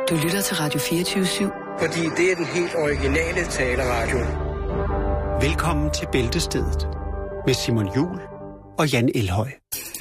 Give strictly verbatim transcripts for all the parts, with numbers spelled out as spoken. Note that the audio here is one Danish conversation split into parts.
Du lytter til Radio fireogtyve syv. Fordi det er den helt originale taleradio. Velkommen til Bæltestedet med Simon Juhl og Jan Elhøj.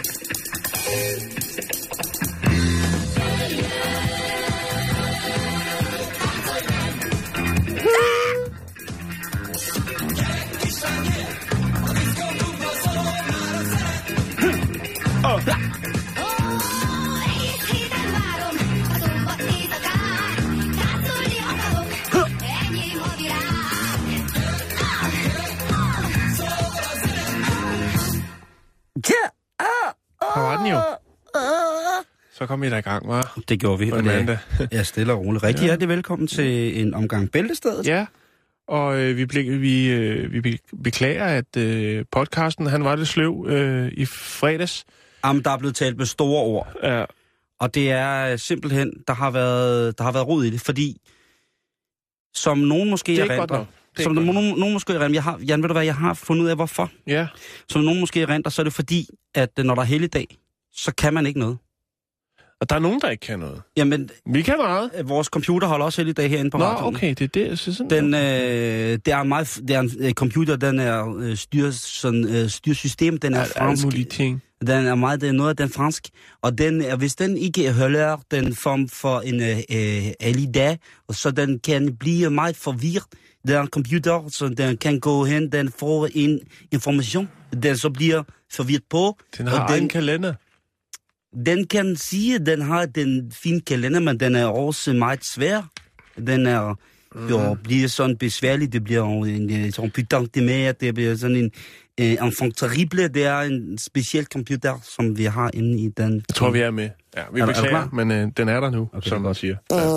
Her var den jo. Så kom vi da i gang, hva'? Det gjorde vi. Og det er stille og roligt. Rigtig ja. Hjertelig velkommen til en omgang Bæltestedet. Ja, og øh, vi, ble, vi, øh, vi beklager, at øh, podcasten, han var lidt sløv øh, i fredags. Jamen, der er blevet talt med store ord. Ja. Og det er simpelthen, der har været, der har været rod i det, fordi som nogen måske det er erindrer, som nogen, nogen måske erindrer, jeg har, Jan, ved du hvad, jeg har fundet ud af, hvorfor. Ja. Som nogen måske erindrer, så er det fordi, at når der er helligdag, så kan man ikke noget. Og der er nogen, der ikke kan noget. Jamen, vi kan meget. Vores computer holder også helligdag herinde på Nå, radioen. okay, det er det, jeg synes sådan. Den, øh, det er meget, det er en øh, computer, den er øh, styr, sådan, øh, styrsystem, den er fransk. Ting. Den er meget, det er noget af den fransk. Og den, hvis den ikke holder den form for en øh, helligdag, så den kan blive meget forvirret. Det er en computer, så den kan gå hen, den får en information, den så bliver forvirret på. Den har den, en kalender. Den kan sige, den har den fine kalender, men den er også meget svær. Den er mm. jo, bliver sådan besværlig, det bliver en sådan putain de mer, det bliver sådan en en enfant terrible, det er en speciel computer, som vi har inde i den. Jeg tror, vi er med. Ja, vi beklager, men øh, den er der nu, okay, som man siger.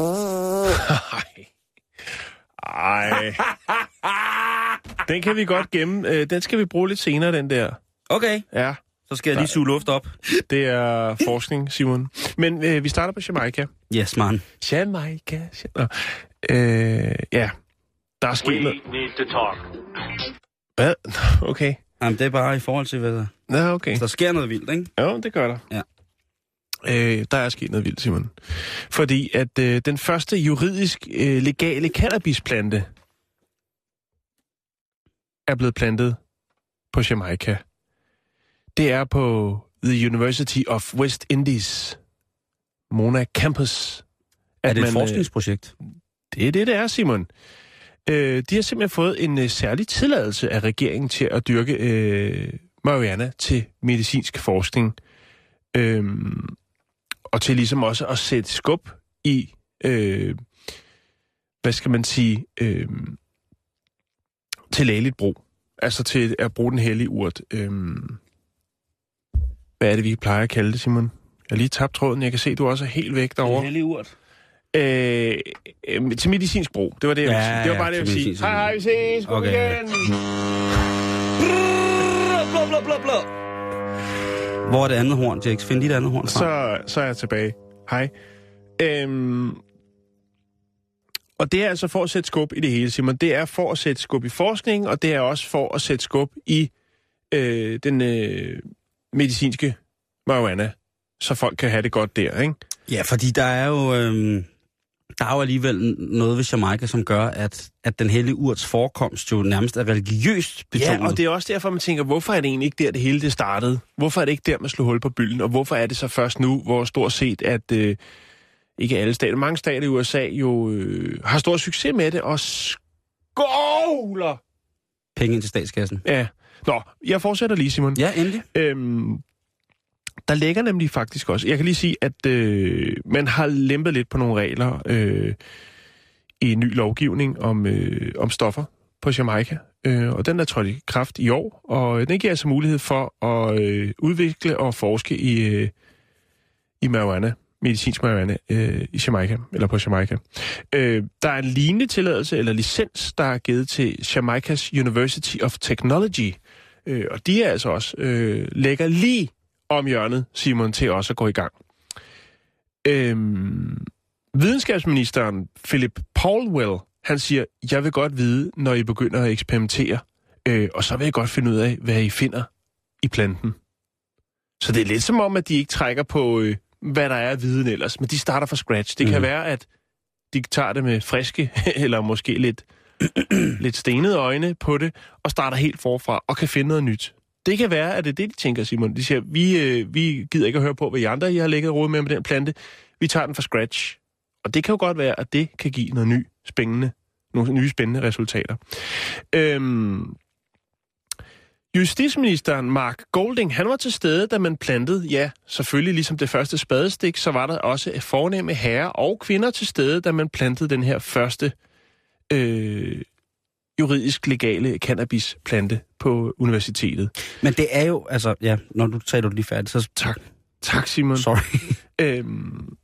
Ja. Ej. Den kan vi godt gemme. Den skal vi bruge lidt senere, den der. Okay. Ja. Så skal jeg lige suge luft op. Det er forskning, Simon. Men øh, vi starter på Jamaica. Yes, man. Jamaica. Øh, ja, der er sket We noget. need to talk. Hvad? Okay. Jamen, det er bare i forhold til, hvad der... Ja, okay. Der sker noget vildt, ikke? Jo, det gør der. Ja. Øh, der er sket noget vildt, Simon. Fordi at øh, den første juridisk øh, legale cannabisplante er blevet plantet på Jamaica. Det er på The University of West Indies, Mona Campus. Er det et man, forskningsprojekt? Øh, det er det, det er, Simon. Øh, de har simpelthen fået en øh, særlig tilladelse af regeringen til at dyrke øh, marihuana til medicinsk forskning. Øh, og til ligesom også at sætte skub i, øh, hvad skal man sige, øh, til lægeligt brug. Altså til at bruge den hellige urt. Øh, hvad er det, vi plejer at kalde det, Simon? Jeg har lige tabt tråden. Jeg kan se, at du også er helt væk derovre. Den hellige urt. Øh, øh, til medicinsk brug. Det var det, jeg ja, ville sige. Det var bare ja, det, jeg ville sige. Hej, hej, vi ses. God okay. igen. Blå, blå, blå, blå. Hvor er det andet horn, Jax? Find lige det andet horn frem. Så, så er jeg tilbage. Hej. Øhm, og det er altså for at sætte skub i det hele, Simon. Det er for at sætte skub i forskning, og det er også for at sætte skub i øh, den øh, medicinske marijuana, så folk kan have det godt der, ikke? Ja, fordi der er jo, øhm, der er jo alligevel noget ved Jamaica, som gør, at, at den hellige urts forekomst jo nærmest er religiøst betonet. Ja, og det er også derfor, man tænker, hvorfor er det egentlig ikke der, det hele det startede? Hvorfor er det ikke der, man slog hul på bylden? Og hvorfor er det så først nu, hvor stort set, at øh, ikke alle stater, mange stater i U S A jo øh, har stor succes med det, og skovler penge ind til statskassen. Ja. Nå, jeg fortsætter lige, Simon. Ja, endelig. Øhm, Der ligger nemlig faktisk også... Jeg kan lige sige, at øh, man har lempet lidt på nogle regler øh, i en ny lovgivning om, øh, om stoffer på Jamaica. Øh, og den er trådt i kraft i år, og den giver altså mulighed for at øh, udvikle og forske i, øh, i marijuana, medicinsk marijuana øh, i Jamaica, eller på Jamaica. Øh, der er en lignende tilladelse eller licens, der er givet til Jamaica's University of Technology. Øh, og de er altså også øh, lægger lige om hjørnet, Simon, til også at gå i gang. Øhm, videnskabsministeren Philip Paulwell, han siger, jeg vil godt vide, når I begynder at eksperimentere, øh, og så vil jeg godt finde ud af, hvad I finder i planten. Så det er lidt som om, at de ikke trækker på, øh, hvad der er af viden ellers, men de starter fra scratch. Det mm. kan være, at de tager det med friske, eller måske lidt, lidt stenede øjne på det, og starter helt forfra, og kan finde noget nyt. Det kan være, at det er det, de tænker, Simon. De siger, vi, øh, vi gider ikke at høre på, hvad I andre I har lægget råd med med den plante. Vi tager den fra scratch. Og det kan jo godt være, at det kan give noget ny, spændende, nogle nye spændende resultater. Øhm, Justitsministeren Mark Golding, han var til stede, da man plantede, ja, selvfølgelig ligesom det første spadestik, så var der også fornemme herrer og kvinder til stede, da man plantede den her første øh, juridisk legale cannabisplante på universitetet. Men det er jo, altså, ja, når du taler lige færdigt, så... Tak. Tak, Simon. Sorry. øhm,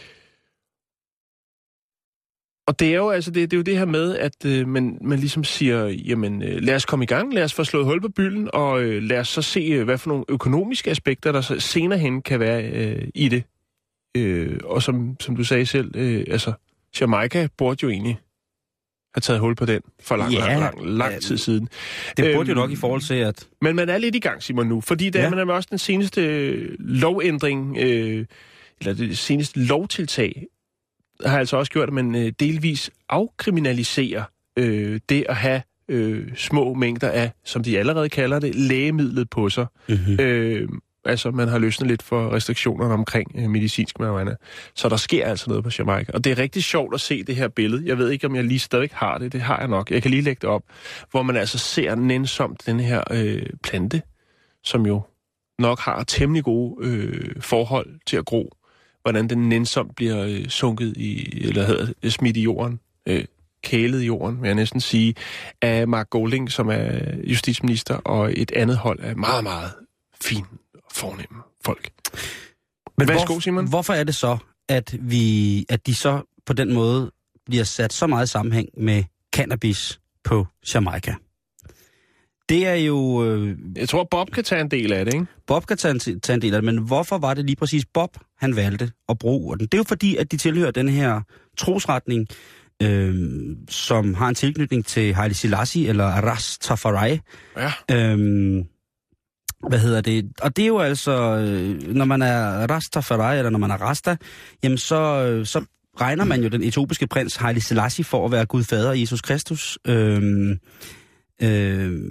Og det er jo altså det, det er jo det her med, at øh, man, man ligesom siger, jamen øh, lad os komme i gang, lad os få slået hul på bylden, og øh, lad os så se, øh, hvad for nogle økonomiske aspekter, der så senere hen kan være øh, i det. Øh, og som, som du sagde selv, øh, altså Jamaica burde jo egentlig have taget hul på den for lang, ja, lang, lang, lang ja, tid siden. Det burde øhm, jo nok i forhold til, at... Men man er lidt i gang, Simon, nu, fordi der ja. man er også den seneste lovændring, øh, eller det seneste lovtiltag, har altså også gjort, at man øh, delvis afkriminaliserer øh, det at have øh, små mængder af, som de allerede kalder det, lægemidlet på sig. Mm-hmm. Øh, altså, man har løsnet lidt for restriktionerne omkring øh, medicinsk marihuana. Så der sker altså noget på Jamaica. Og det er rigtig sjovt at se det her billede. Jeg ved ikke, om jeg lige stadig har det. Det har jeg nok. Jeg kan lige lægge det op. Hvor man altså ser nænsomt den her øh, plante, som jo nok har temmelig gode øh, forhold til at gro. Hvordan den nænsomt bliver øh, sunket i, eller hedder det, smidt i jorden, øh, kælet i jorden, vil jeg næsten sige, af Mark Golding, som er justitsminister, og et andet hold af meget, meget fine og fornemme folk. Men værsgo, hvor, Simon. Hvorfor er det så, at, vi, at de så på den måde bliver sat så meget i sammenhæng med cannabis på Jamaica? Det er jo... Øh, jeg tror, Bob kan tage en del af det, ikke? Bob kan tage en, tage en del af det, men hvorfor var det lige præcis Bob, han valgte at bruge den? Det er jo fordi, at de tilhører den her trosretning, øh, som har en tilknytning til Haile Selassie, eller Rastafari. Ja. Øh, hvad hedder det? Og det er jo altså, når man er Rastafari, eller når man er Rasta, jamen så, så regner man jo den etiopiske prins Haile Selassie for at være Gud fader Jesus Kristus. Øh, Øh,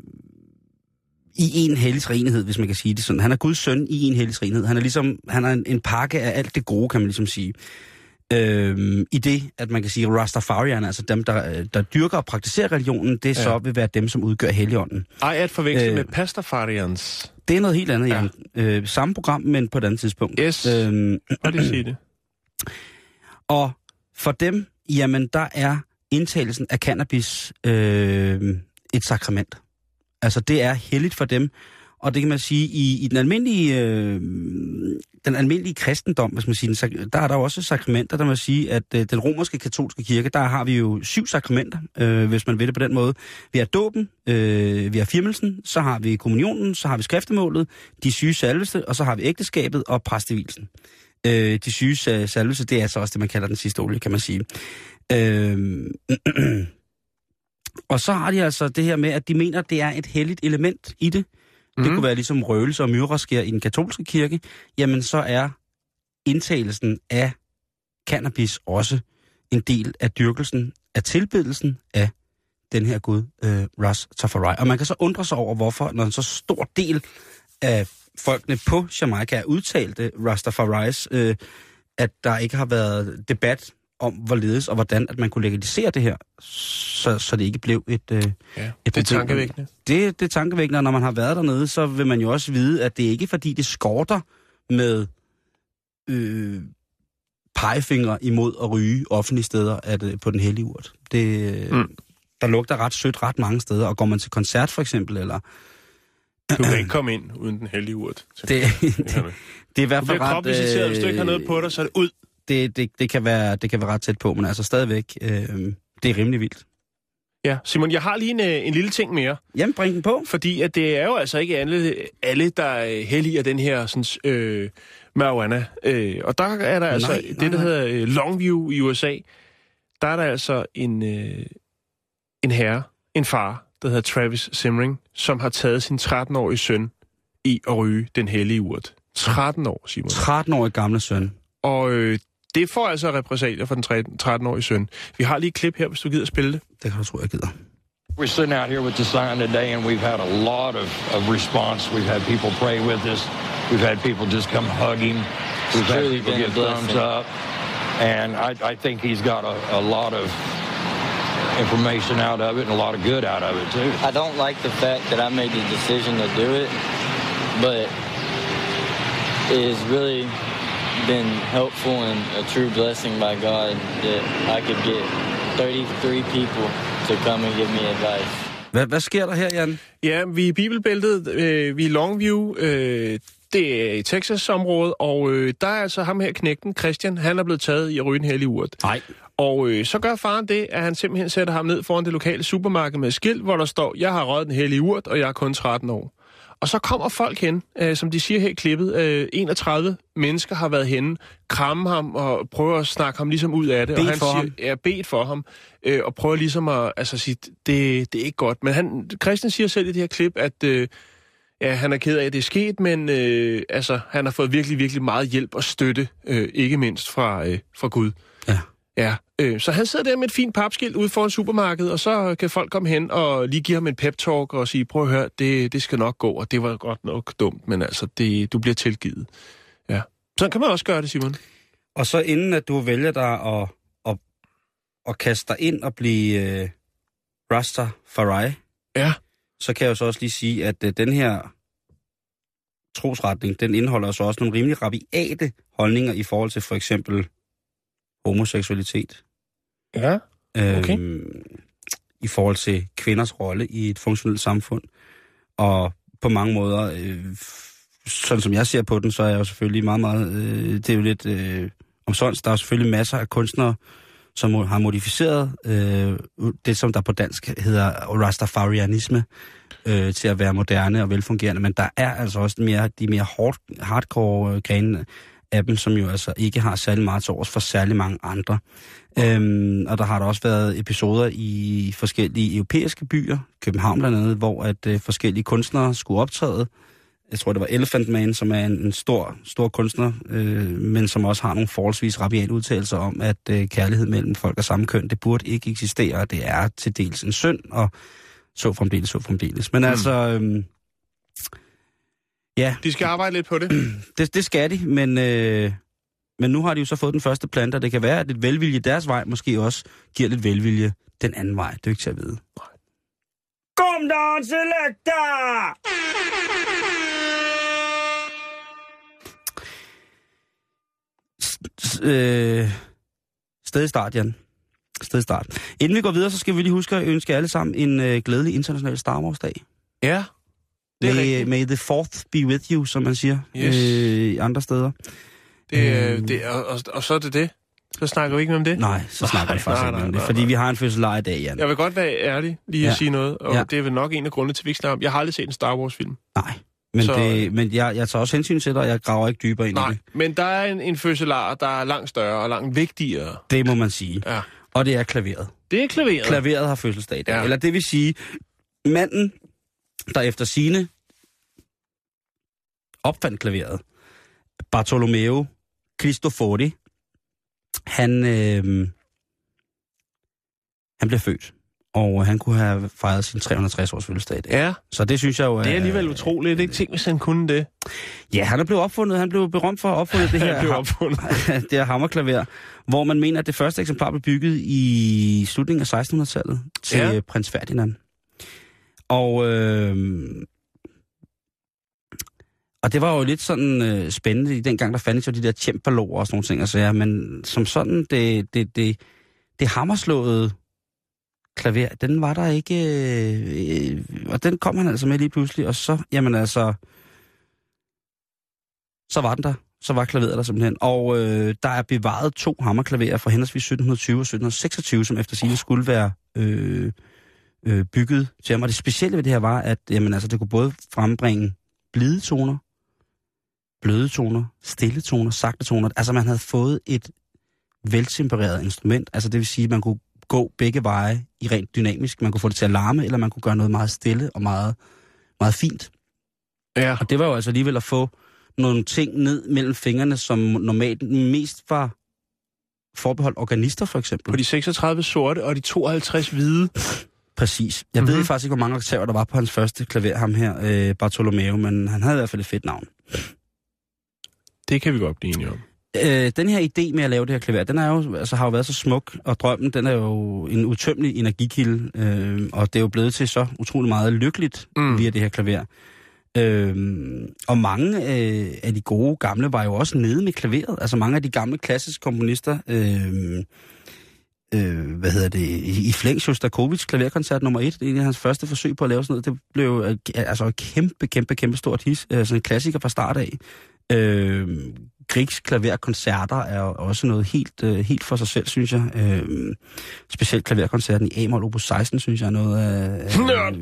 i en hellig renhed, hvis man kan sige det sådan. Han er Guds søn i en hellig renhed. Han er ligesom, han er en, en pakke af alt det gode, kan man ligesom sige. Øh, I det, at man kan sige, Rastafarian, altså dem, der, der dyrker og praktiserer religionen, det ja. så vil være dem, som udgør helligånden. Ej, at forveksle øh, med Pastafarians. Det er noget helt andet, ja. Øh, samme program, men på et andet tidspunkt. Yes, øh, hvad det sige det? Og for dem, jamen, der er indtagelsen af cannabis øh, et sakrament. Altså, det er helligt for dem. Og det kan man sige, i, i den almindelige øh, den almindelige kristendom, hvis man siger, der er der også sakramenter, der man sige, at øh, den romerske katolske kirke, der har vi jo syv sakramenter, øh, hvis man ved det på den måde. Vi har dåben, øh, vi har firmelsen, så har vi kommunionen, så har vi skriftemålet, de syge salvelse, og så har vi ægteskabet og præstevielsen. Øh, de syge salvelse, det er så også det, man kalder den sidste olie, kan man sige. Øh, og så har de altså det her med, at de mener, at det er et helligt element i det. Det mm. kunne være ligesom røgelse og myrrasker i den katolske kirke. Jamen, så er indtagelsen af cannabis også en del af dyrkelsen, af tilbedelsen af den her gud, øh, Rastafari. Og man kan så undre sig over, hvorfor, når en så stor del af folkene på Jamaica er udtalte Rastafaris, øh, at der ikke har været debat om, hvorledes og hvordan, at man kunne legalisere det her, så, så det ikke blev et, øh, ja, et det er tankevækkende. Det, det er tankevækkende, og når man har været dernede, så vil man jo også vide, at det ikke er fordi, det skorter med øh, pegefingre imod at ryge offentlige steder at, øh, på den hellige urt. Det, mm. Der lugter ret sødt ret mange steder, og går man til koncert for eksempel, eller... Du kan ikke komme ind uden den hellige urt. Det, det, det, det er i hvert fald ret... Du bliver øh, hvis du ikke har noget på dig, så er det ud. Det, det, det, kan være, det kan være ret tæt på, men altså stadigvæk, øh, det er rimelig vildt. Ja, Simon, jeg har lige en, en lille ting mere. Jamen, bring den på. Fordi at det er jo altså ikke alle, alle der er heldige af den her sådan, øh, marijuana. Øh, og der er der altså nej, det, nej, der nej. hedder øh, Longview i U S A. Der er der altså en, øh, en herre, en far, der hedder Travis Simring, som har taget sin tretten-årige søn i at ryge den hellige urt. tretten år, Simon. tretten-årige gamle søn. Og øh, det får altså repressalier for den tretten-årige søn. Vi har lige et klip her, hvis du gider spille det. Det kan du tro, jeg gider. We're sitting out here with the sign today, and we've had a lot of, of response. We've had people pray with us. We've had people just come hug him. We've had people give thumbs up. And I, I think he's got a, a lot of information out of it and a lot of good out of it, too. I don't like the fact that I made the decision to do it, but it has really been helpful and a true blessing by God that I could get thirty-three people to come and give me advice. Hvad, hvad sker der her, Jan? Ja, vi er i Bibelbæltet, øh, vi er Longview, øh, det er i Texas-området, og øh, der er altså ham her knægten, Christian, han er blevet taget i at ryge en hellig urt. Nej. Og øh, så gør faren det, at han simpelthen sætter ham ned foran det lokale supermarked med et skilt, hvor der står, jeg har røget den hellige urt, og jeg er kun tretten år. Og så kommer folk hen, øh, som de siger her i klippet, øh, enogtredive mennesker har været henne, kramme ham og prøver at snakke ham ligesom ud af det. Bed og han for siger, ham. Ja, bedt for ham, øh, og prøver ligesom at altså, sige, det, det er ikke godt. Men han, Christian siger selv i det her klip, at øh, ja, han er ked af, at det er sket, men øh, altså, han har fået virkelig, virkelig meget hjælp og støtte, øh, ikke mindst fra, øh, fra Gud. Ja. Ja, øh, så han sidder der med et fint papskilt ude foran supermarkedet, og så kan folk komme hen og lige give ham en pep-talk og sige, prøv at høre, det, det skal nok gå, og det var godt nok dumt, men altså, det, du bliver tilgivet. Ja, sådan kan man også gøre det, Simon. Og så inden at du vælger dig at, at, at kaste dig ind og blive uh, Rastafari, ja. Så kan jeg jo så også lige sige, at uh, den her trosretning, den indeholder så også nogle rimelig rabiate holdninger i forhold til for eksempel homoseksualitet. Ja, okay. Øhm, I forhold til kvinders rolle i et funktionelt samfund. Og på mange måder, øh, sådan som jeg ser på den, så er jeg jo selvfølgelig meget, meget... Øh, det er jo lidt øh, omsonst. Der er selvfølgelig masser af kunstnere, som har modificeret øh, det, som der på dansk hedder rastafarianisme, øh, til at være moderne og velfungerende. Men der er altså også mere, de mere hard, hardcore grene af dem, som jo altså ikke har særlig meget til års for særlig mange andre. Øhm, og der har der også været episoder i forskellige europæiske byer, København blandt andet, hvor at øh, forskellige kunstnere skulle optræde. Jeg tror, det var Elephant Man, som er en, en stor, stor kunstner, øh, men som også har nogle forholdsvis rabiate udtalelser om, at øh, kærlighed mellem folk af samme køn, det burde ikke eksistere, og det er til dels en synd, og så fremdeles, så fremdeles. Men mm. altså... Øh, ja. De skal arbejde lidt på det. det, det skal de, men, øh, men nu har de jo så fået den første plante, og det kan være, at lidt velvilje deres vej måske også giver lidt velvilje den anden vej. Det er ikke til at vide. Kom down, selector! S- øh, sted start, Jan. Sted start. Inden vi går videre, så skal vi lige huske at ønske alle sammen en øh, glædelig international Star Wars-dag. Ja. May, may the fourth be with you, som man siger yes. øh, andre steder. Det, øh, det, og, og, og så er det det. Så snakker vi ikke mere om det? Nej, så snakker nej, vi faktisk nej, ikke nej, om det, nej, fordi nej. vi har en fødselar i dag, Jan. Jeg vil godt være ærlig lige at ja. sige noget, og ja. det er vel nok en af grundene til, vi ikke snakker om. Jeg har aldrig set en Star Wars-film. Nej, men, så, det, men jeg, jeg tager også hensyn til dig, og jeg graver ikke dybere ind nej, i det. men der er en, en fødselar, der er langt større og langt vigtigere. Det må man sige. Ja. Og det er klaveret. Det er klaveret. Klaveret har fødselsdag i dag. Ja. Eller det vil sige, manden, der efter sine opfandt klaveret, Bartolomeo Cristofori, han, øh, han blev født, og han kunne have fejret sin tre hundrede og tres års fødselsdag i dag. Ja. Så det synes jeg jo er... Det er alligevel utroligt. Ikke tænk, hvis han kunne det. Ja, han er blevet opfundet. Han blev berømt for at opfundet det her, han blev opfundet. det her hammerklaver, hvor man mener, at det første eksemplar blev bygget i slutningen af sekstenhundredetallet til ja. prins Ferdinand. Og... Øh, Og det var jo lidt sådan øh, spændende i den gang, der fandtes jo de der cembaloer og sådan nogle ting. Altså, ja, men som sådan, det, det, det, det hammerslåede klaver, den var der ikke... Øh, og den kom han altså med lige pludselig, og så, jamen altså... Så var den der. Så var klaveret der simpelthen. Og øh, der er bevaret to hammerklaverer fra henholdsvis sytten tyve og sytten seksogtyve, som efter sigende skulle være øh, øh, bygget til ham. Og det specielle ved det her var, at jamen, altså, det kunne både frembringe blide toner, bløde toner, stille toner, sagte toner. Altså man havde fået et veltempereret instrument. Altså det vil sige, at man kunne gå begge veje i rent dynamisk. Man kunne få det til at larme, eller man kunne gøre noget meget stille og meget, meget fint. Ja. Og det var jo altså alligevel at få nogle ting ned mellem fingrene, som normalt mest var forbeholdt organister, for eksempel. På de seksogtredive sorte og de tooghalvtreds hvide. Præcis. Jeg mm-hmm. ved faktisk ikke, hvor mange oktaver der var på hans første klaver, ham her, øh, Bartolomeo, men han havde i hvert fald et fedt navn. Det kan vi godt blive enige om. Øh, den her idé med at lave det her klaver, den er jo, altså, har jo været så smuk, og drømmen, den er jo en utømmelig energikilde, øh, og det er jo blevet til så utrolig meget lykkeligt mm. via det her klaver. Øh, og mange øh, af de gode gamle var jo også nede med klaveret. Altså mange af de gamle klassiske komponister, øh, øh, hvad hedder det, i, i Flæng Sjostakovitjs klaverkoncert nummer et, det er en af hans første forsøg på at lave sådan noget, det blev øh, altså et kæmpe, kæmpe, kæmpe stort hit, øh, sådan en klassiker fra start af. Øh, Griegs klaverkoncerter er også noget helt, øh, helt for sig selv, synes jeg. Øh, specielt klaverkoncerten i A-mol opus seksten, synes jeg er noget af... Øh,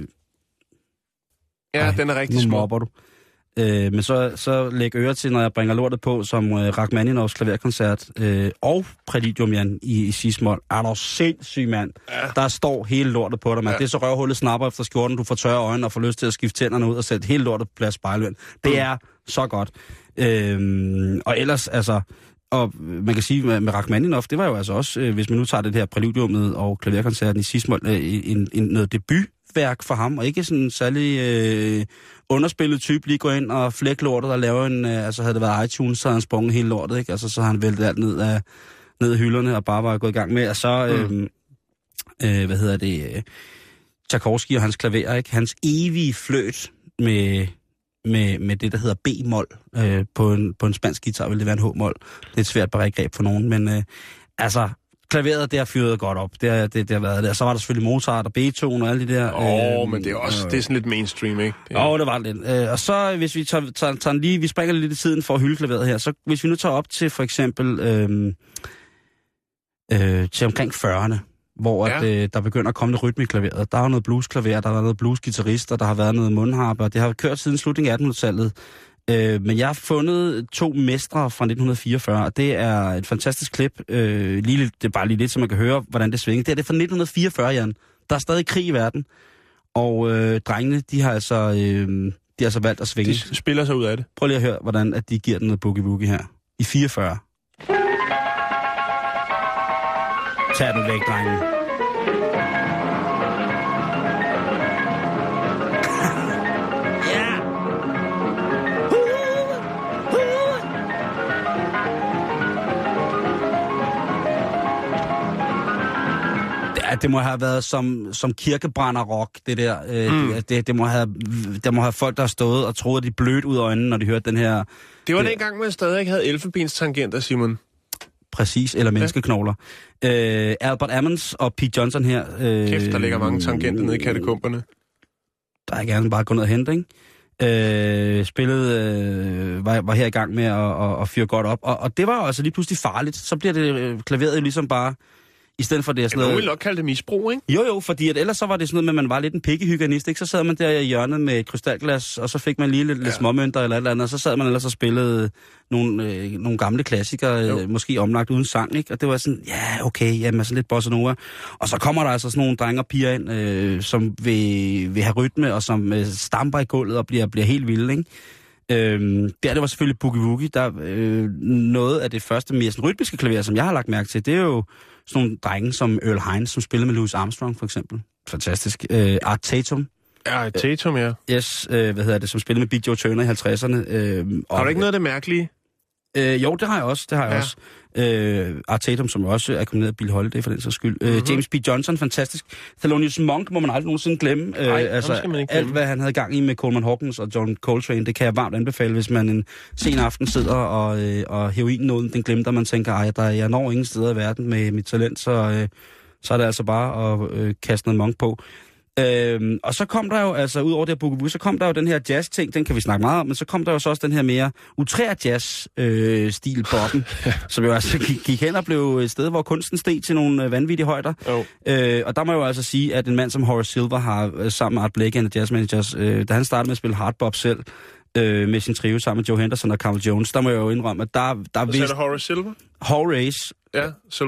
ja, ej, den er rigtig nu smuk. mobber du. Øh, men så, så læg øre til, når jeg bringer lortet på, som øh, Rachmaninoffs klaverkoncert øh, og Præludium, Jan, i, i cis-mol. Er du sindssyg, mand? Ja. Der står hele lortet på dig, mand. Ja. Det er så røvhullet snapper efter skjorten, du får tørre øjne og får lyst til at skifte tænderne ud og sætte hele lortet på plads spejlvend. Det er så godt. Øh, og ellers, altså... Og man kan sige, med Rachmaninoff, det var jo altså også, øh, hvis man nu tager det her Præludiummet og klaverkoncerten i cis-mol, øh, en, en, noget debutværk for ham, og ikke sådan en særlig øh, underspillet type, lige gå ind og flække lortet og lave en, øh, altså havde det været iTunes, så havde han sprunget hele lortet, ikke? Altså så har han væltet alt ned af, ned af hylderne og bare var gået i gang med, og så, øh, mm. øh, hvad hedder det, øh, Tchaikovsky og hans klaver, ikke? Hans evige fløjt med... Med, med det, der hedder B-mol. Øh, på, en, på en spansk guitar vil det være en H-mol. Det er et svært begreb for nogen, men øh, altså, klaveret, det har fyret godt op. Det, det, det har været det. Og så var der selvfølgelig Mozart og Beethoven og alle de der. Åh, oh, øh, men det er også, øh, det er sådan lidt mainstream, ikke? Åh, oh, det var lidt. Øh, og så, hvis vi tager, tager, tager lige, vi springer lidt i tiden for at hylde klaveret her, så hvis vi nu tager op til for eksempel øh, øh, til omkring fyrrerne, hvor ja. at, øh, der begynder at komme lidt rytme i klaveret. Der er noget bluesklaver, der er noget bluesgitarrister, der har været noget mundharper. Det har kørt siden slutningen af attenhundredetallet. Øh, men jeg har fundet to mestre fra nitten fireogfyrre, og det er et fantastisk klip. Øh, lige, det er bare lige lidt, så man kan høre, hvordan det svinger. Det er det fra nitten fireogfyrre, Jan. Der er stadig krig i verden. Og øh, drengene, de har altså, øh, de har altså valgt at svinge. De spiller sig ud af det. Prøv lige at høre, hvordan at de giver den noget boogie-woogie her. I fireogfyrre. Tag den væk, drengen. Det må have været som, som kirkebrænderrock, det der. Øh, mm. det, det, må have, der må have folk, der har stået og troede, at de blødt ud af øjnene, når de hørte den her... Det var det, dengang, man stadig ikke havde elfenbenstangenter, Simon. Præcis, eller menneskeknogler. Ja. Øh, Albert Ammons og Pete Johnson her... Øh, Kæft, der ligger mange tangenter nede i katakomberne. Der er gerne bare gå ned og hente, ikke? Øh, spillet øh, var, var her i gang med at, at, at fyre godt op. Og, og det var jo altså lige pludselig farligt. Så bliver det øh, klaveret jo ligesom bare... I stedet for det er sådan noget... Jeg vil nok kalde det misbrug, ikke? Jo, jo, fordi at ellers så var det sådan noget med, at man var lidt en pikkehyggenist, ikke? Så sad man der i hjørnet med et krystalglas, og så fik man lige lidt, ja. lidt småmønter eller et eller andet, og så sad man ellers og spillede nogle, øh, nogle gamle klassikere, øh, måske omlagt uden sang, ikke? Og det var sådan, ja, okay, jamen sådan lidt bossa nova. Og så kommer der altså sådan nogle drenge og piger ind, øh, som vil, vil have rytme, og som øh, stamper i gulvet og bliver, bliver helt vilde, ikke? Øhm, der det var selvfølgelig Boogie Woogie, der øh, noget af det første mere sådan rytmiske klaver, som jeg har lagt mærke til, det er jo sådan nogle drenge som Earl Hines, som spillede med Louis Armstrong for eksempel. Fantastisk. Øh, Art Tatum. Ja, Art Tatum, ja. Yes, øh, hvad hedder det, som spillede med Big Joe Turner i halvtredserne. Øh, har du ikke noget af det mærkelige? Øh, jo, det har jeg også, det har jeg ja. også. Øh, Art Tatum, som også er kommet ned af Billie Holiday for den sags skyld. Mm-hmm. Øh, James B. Johnson, fantastisk. Thelonious Monk må man aldrig nogensinde glemme. Ej, øh, altså, glemme. Alt, hvad han havde gang i med Coleman Hawkins og John Coltrane, det kan jeg varmt anbefale, hvis man en sen aften sidder og, øh, og heroin-nåden, den glemte, og man tænker, ej, der, jeg når ingen steder i verden med mit talent, så, øh, så er det altså bare at øh, kaste noget Monk på. Øhm, og så kom der jo, altså ud over det her Boogie Woogie, så kom der jo den her jazz-ting, den kan vi snakke meget om, men så kom der jo så også den her mere utrære jazz-stil øh, boppen, som jo altså gik, gik hen og blev et sted, hvor kunsten steg til nogle øh, vanvittige højder. Oh. Øh, og der må jeg jo altså sige, at en mand som Horace Silver har øh, sammen med Art Blakey and the Jazz Managers, øh, da han startede med at spille hardbop selv, øh, med sin trio sammen med Joe Henderson og Carl Jones, der må jeg jo indrømme, at der, der er vist... Horace Silver? Horace. Ja, Silver.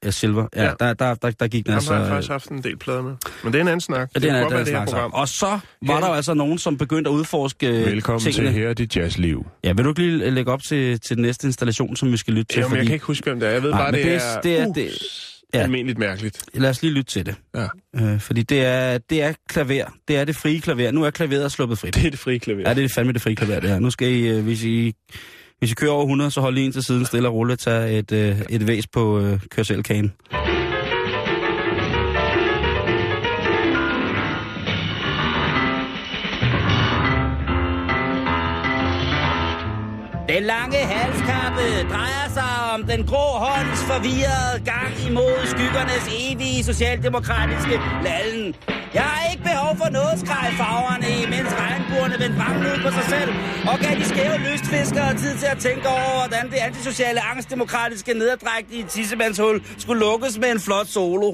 Ja, Silver. Ja, Ja. Der, der, der, der gik den Ham altså... har jeg faktisk haft en del plader med. Men det er en anden snak. Ja, det er en kunne anden godt være det her snak. program. Og så var Ja. der jo altså nogen, som begyndte at udforske Velkommen tingene. til Her er dit jazzliv. Ja, vil du ikke lige lægge op til, til den næste installation, som vi skal lytte til? Jamen, jeg kan ikke huske, hvem det er. Jeg ved Nej, bare, men det, det er, er- det er- uh, det- ja. almindeligt mærkeligt. Lad os lige lytte til det. Ja. Øh, fordi det er, det er klaver. Det er det frie klaver. Nu er klaveret sluppet frit. Det er det frie klaver. Ja, det er fandme det frie klaver, det her. Nu skal I, øh, hvis I, hvis I kører over hundrede, så hold lige ind til siden, stille og roligt, tage et, øh, et væs på øh, kørselkagen. Den lange halskappe drejer sig om den grå hånds forvirrede gang imod skyggernes evige socialdemokratiske lallen. Jeg har ikke behov for noget skræk farverne i, mens regnbuerne vendte vangen ud på sig selv, og gav de skæve lystfiskere tid til at tænke over, hvordan det antisociale angstdemokratiske nederdrægtige tissemandshul skulle lukkes med en flot solo.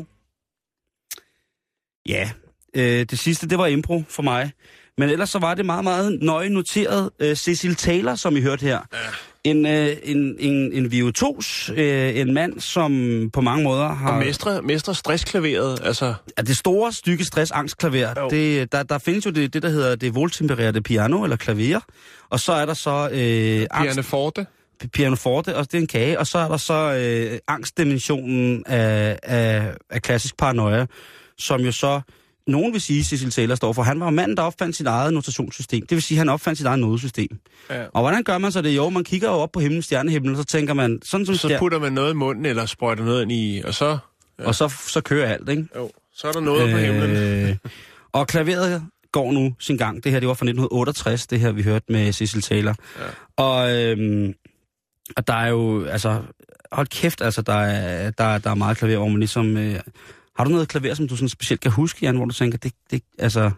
Ja, øh, det sidste, det var impro for mig. Men ellers så var det meget, meget nøje noteret. Uh, Cecil Taylor, som I hørte her. Ja. En, uh, en, en, en virtuos, uh, en mand, som på mange måder har... Og mestre, mestre stressklaveret, altså... Ja, det store stykke stress-angstklaver, det, der, der findes jo det, det, der hedder det voltempererede piano, eller klaver. Og så er der så... Uh, Pianoforte. Pianoforte, og det er en kage. Og så er der så uh, angstdimensionen af, af, af klassisk paranoia, som jo så... Nogen vil sige, Cecil Taylor står for. Han var manden, der opfandt sit eget notationssystem. Det vil sige, at han opfandt sit eget nodesystem. Ja. Og hvordan gør man så det? Jo, man kigger jo op på himlen, stjernehimmelen, og så tænker man... Sådan som så putter man noget i munden, eller sprøjter noget ind i, og så... Ja. Og så, så kører alt, ikke? Jo, så er der noget øh, på himlen. Og klaveret går nu sin gang. Det her, det var fra nitten otteogtres, det her, vi hørte med Cecil Taylor. Ja. Og, øhm, og der er jo... Altså, hold kæft, altså, der er, der, der er meget klaver, hvor man ligesom... Øh, Har du noget klaver, som du sådan specielt kan huske, Jan, hvor du tænker, det, det altså...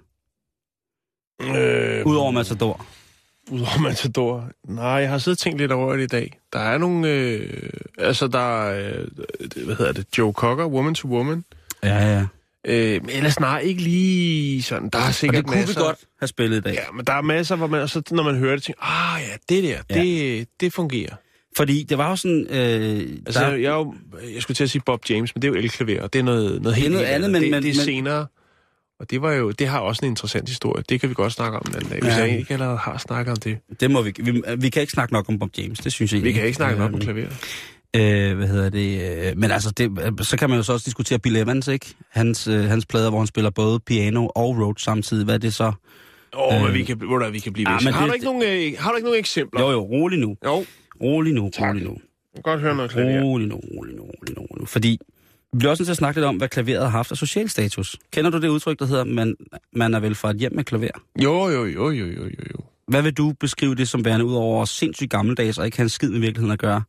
Øh, Udover Matador. Udover Matador? Nej, jeg har siddet og tænkt lidt over det i dag. Der er nogle... Øh, altså, der er... Øh, hvad hedder det? Joe Cocker, Woman to Woman. Ja, ja. Øh, men ellers nej, ikke lige sådan. Der er sikkert og det kunne masser, vi godt have spillet i dag. Ja, men der er masser, hvor man, så, når man hører det, tænker, ah ja, det der, ja. det, det fungerer. Fordi det var jo sådan... Øh, altså, der... jeg, jeg, jeg skulle til at sige Bob James, men det er jo elklaver, og det er noget, noget helt noget andet, andet. Men, det, men, det er men... senere, og det, var jo, det har også en interessant historie. Det kan vi godt snakke om en anden dag, hvis ja. jeg ikke allerede har snakket om det. Det må vi... Vi, vi kan ikke snakke nok om Bob James, det synes jeg Vi ikke. kan ikke snakke nok om klaver. Øh, hvad hedder det? Men altså, det, så kan man jo så også diskutere Bill Evans, ikke? Hans, øh, hans plader, hvor han spiller både piano og road samtidig. Hvad er det så? Åh, oh, øh... men vi kan, hvor vi kan blive ah, har, det, du ikke nogen, øh, har du ikke nogen eksempler? Jo, jo, rolig nu. Jo. Rolig nu, tak. rolig nu. Jeg kan godt høre noget klaver. Rolig nu, rolig nu, rolig nu, rolig nu. Fordi vi bliver også nødt til at snakke lidt om, hvad klaveret har haft af social status. Kender du det udtryk, der hedder, man, man er vel fra et hjem med klaver? Jo, jo, jo, jo, jo, jo. Hvad vil du beskrive det som værende ud over sindssygt gammeldags, og ikke have en skid med virkeligheden at gøre?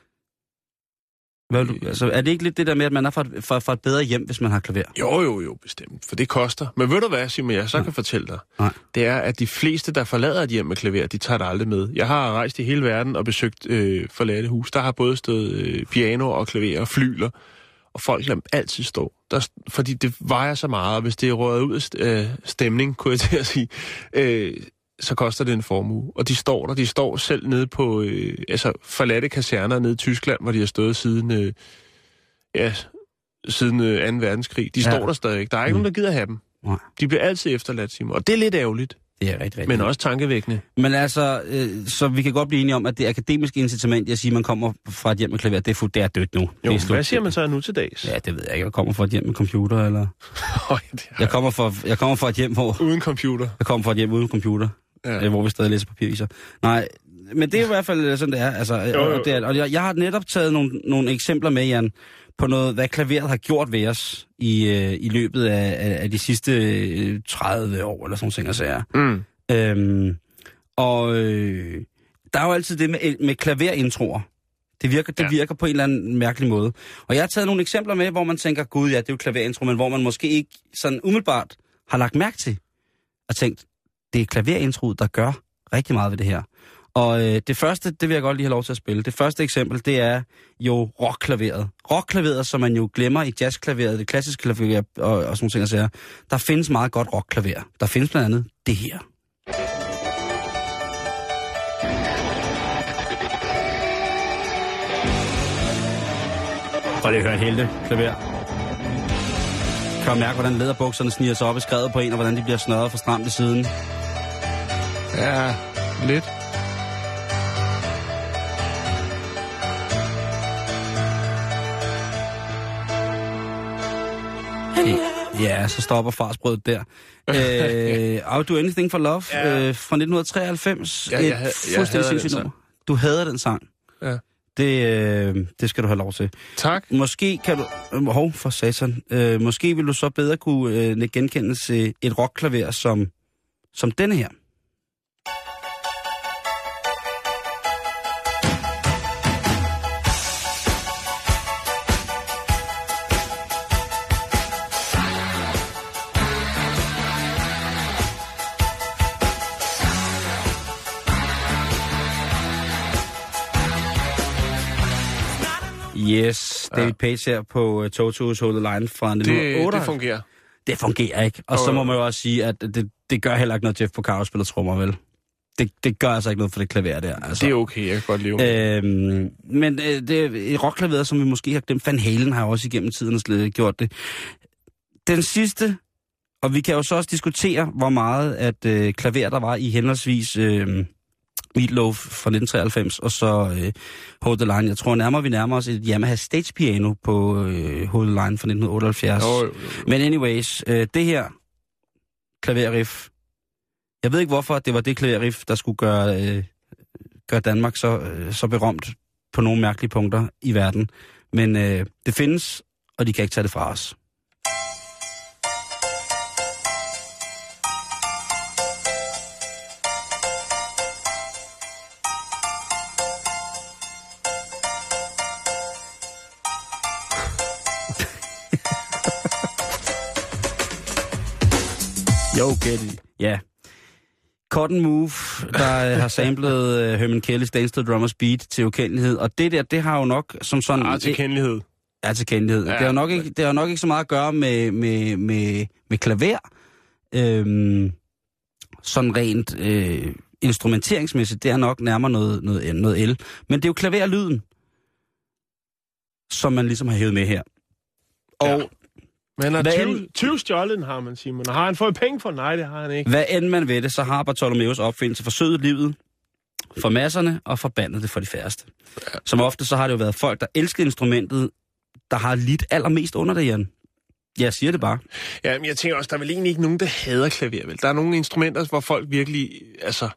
Hvad du, altså, er det ikke lidt det der med, at man er fra et, fra, fra et bedre hjem, hvis man har klaver? Jo, jo, jo, bestemt. For det koster. Men ved du hvad, Simon, jeg så Nej. kan fortælle dig? Nej. Det er, at de fleste, der forlader et hjem med klaver, de tager det aldrig med. Jeg har rejst i hele verden og besøgt øh, forladte hus. Der har både stået øh, piano og klaver og flyler. Og folk lader altid stå. Der, fordi det vejer så meget, og hvis det er røget ud af øh, stemning, kunne jeg til at sige, øh, så koster det en formue. Og de står der. De står selv nede på øh, altså forladte kaserner nede i Tyskland, hvor de har stået siden, øh, ja, siden øh, anden verdenskrig. De ja. står der stadig. Der er ikke mm. nogen, der gider have dem. Nej. De bliver altid efterladt, Simon. Og det er lidt ærgerligt. Det er rigtig, rigtig. Men også tankevækkende. Men altså, øh, så vi kan godt blive enige om, at det akademiske incitament, jeg siger, man kommer fra et hjem med klaver, det er, det er dødt nu. Jo, det er hvad siger man så nu til dags? Ja, det ved jeg ikke. Jeg kommer fra et hjem med computer, eller... oh, ja, det jeg, kommer fra, jeg kommer fra et hjem, hvor... Uden computer. Jeg kommer fra et hjem uden computer, ja. øh, hvor vi stadig læser papiraviser. Nej, men det er i hvert fald sådan, det er. Altså, jo, jo. Og, det er, og jeg, jeg har netop taget nogle, nogle eksempler med, Jan, på noget, hvad klaveret har gjort ved os i, øh, i løbet af, af, af de sidste tredive år, eller sådan nogle ting, jeg siger. Mm. Øhm, og øh, der er jo altid det med, med klaverintroer. Det virker, det ja. virker på en eller anden mærkelig måde. Og jeg har taget nogle eksempler med, hvor man tænker, gud ja, det er jo klaverintroer, men hvor man måske ikke sådan umiddelbart har lagt mærke til og tænkt, det er klaverintroet, der gør rigtig meget ved det her. Og øh, det første, det vil jeg godt lige have lov til at spille. Det første eksempel, det er jo rockklaveret. Rockklaveret, som man jo glemmer i jazzklaveret, det klassiske klaver og, og sådan nogle ting, jeg der findes meget godt rockklaver. Der findes blandt andet det her. Prøv lige at høre en helte klaver. Kan du mærke, hvordan læderbukserne sniger sig op i skrevet på en, og hvordan de bliver snørret for stramt i siden? Ja, lidt. Ja, så stopper farsbrødet der. øh, I'll Do Anything for Love ja. øh, fra nitten treoghalvfems. Ja, jeg, et fuldstændig sindssygt nummer. Du hader den sang. Ja. Det, øh, det skal du have lov til. Tak. Måske kan du... Øh, hov, for satan. Øh, måske vil du så bedre kunne øh, genkende øh, et rockklaver som, som denne her. Yes, David ja. Page her på uh, Toto's Hold the Line fra nitten otteoghalvfems. Det, det fungerer. Det fungerer ikke. Og oh, så må man jo også sige, at det, det gør heller ikke noget, Jeff Porcaro spiller trommer, vel? Det, det gør altså ikke noget for det klaver der. Altså. Det er okay, jeg kan godt leve med. Øhm, men øh, det er rockklaver, som vi måske har glemt. Van Halen har også igennem tiden slet gjort det. Den sidste, og vi kan jo så også diskutere, hvor meget at øh, klaver der var i henholdsvis... Øh, Meatloaf fra nitten treoghalvfems, og så øh, Hold the Line. Jeg tror nærmere, vi nærmer os et Yamaha Stage Piano på øh, Hold the Line fra nitten otteoghalvfjerds. Oh, oh, oh. Men anyways, øh, det her klaverriff, jeg ved ikke hvorfor, det var det klaverriff, der skulle gøre, øh, gøre Danmark så, øh, så berømt på nogle mærkelige punkter i verden. Men øh, det findes, og de kan ikke tage det fra os. Jo, get it. Ja. Cotton Move, der har samlet uh, Herman Kelly's Dance to the Drummer's Beat til ukendelighed. Og det der, det har jo nok som sådan... Ja, til kendelighed. Ja, til kendelighed. Ja, det, har nok ikke, det har nok ikke så meget at gøre med, med, med, med klaver. Øhm, sådan rent øh, instrumenteringsmæssigt, det er nok nærmere noget, noget, noget el. Men det er jo klaverlyden, som man ligesom har hævet med her. Og... Ja. Men han har tyve stjålet, har man, Simon. Har han fået penge for? Nej, det har han ikke. Hvad end man ved det, så har Bartholomeus opfindelse forsøget livet for masserne og forbandet det for de færreste. Ja. Som ofte så har det jo været folk, der elsker instrumentet, der har lidt allermest under det, Jan. Jeg siger det bare. Ja, men jeg tænker også, der er vel egentlig ikke nogen, der hader klaver, vel? Der er nogle instrumenter, hvor folk virkelig, altså...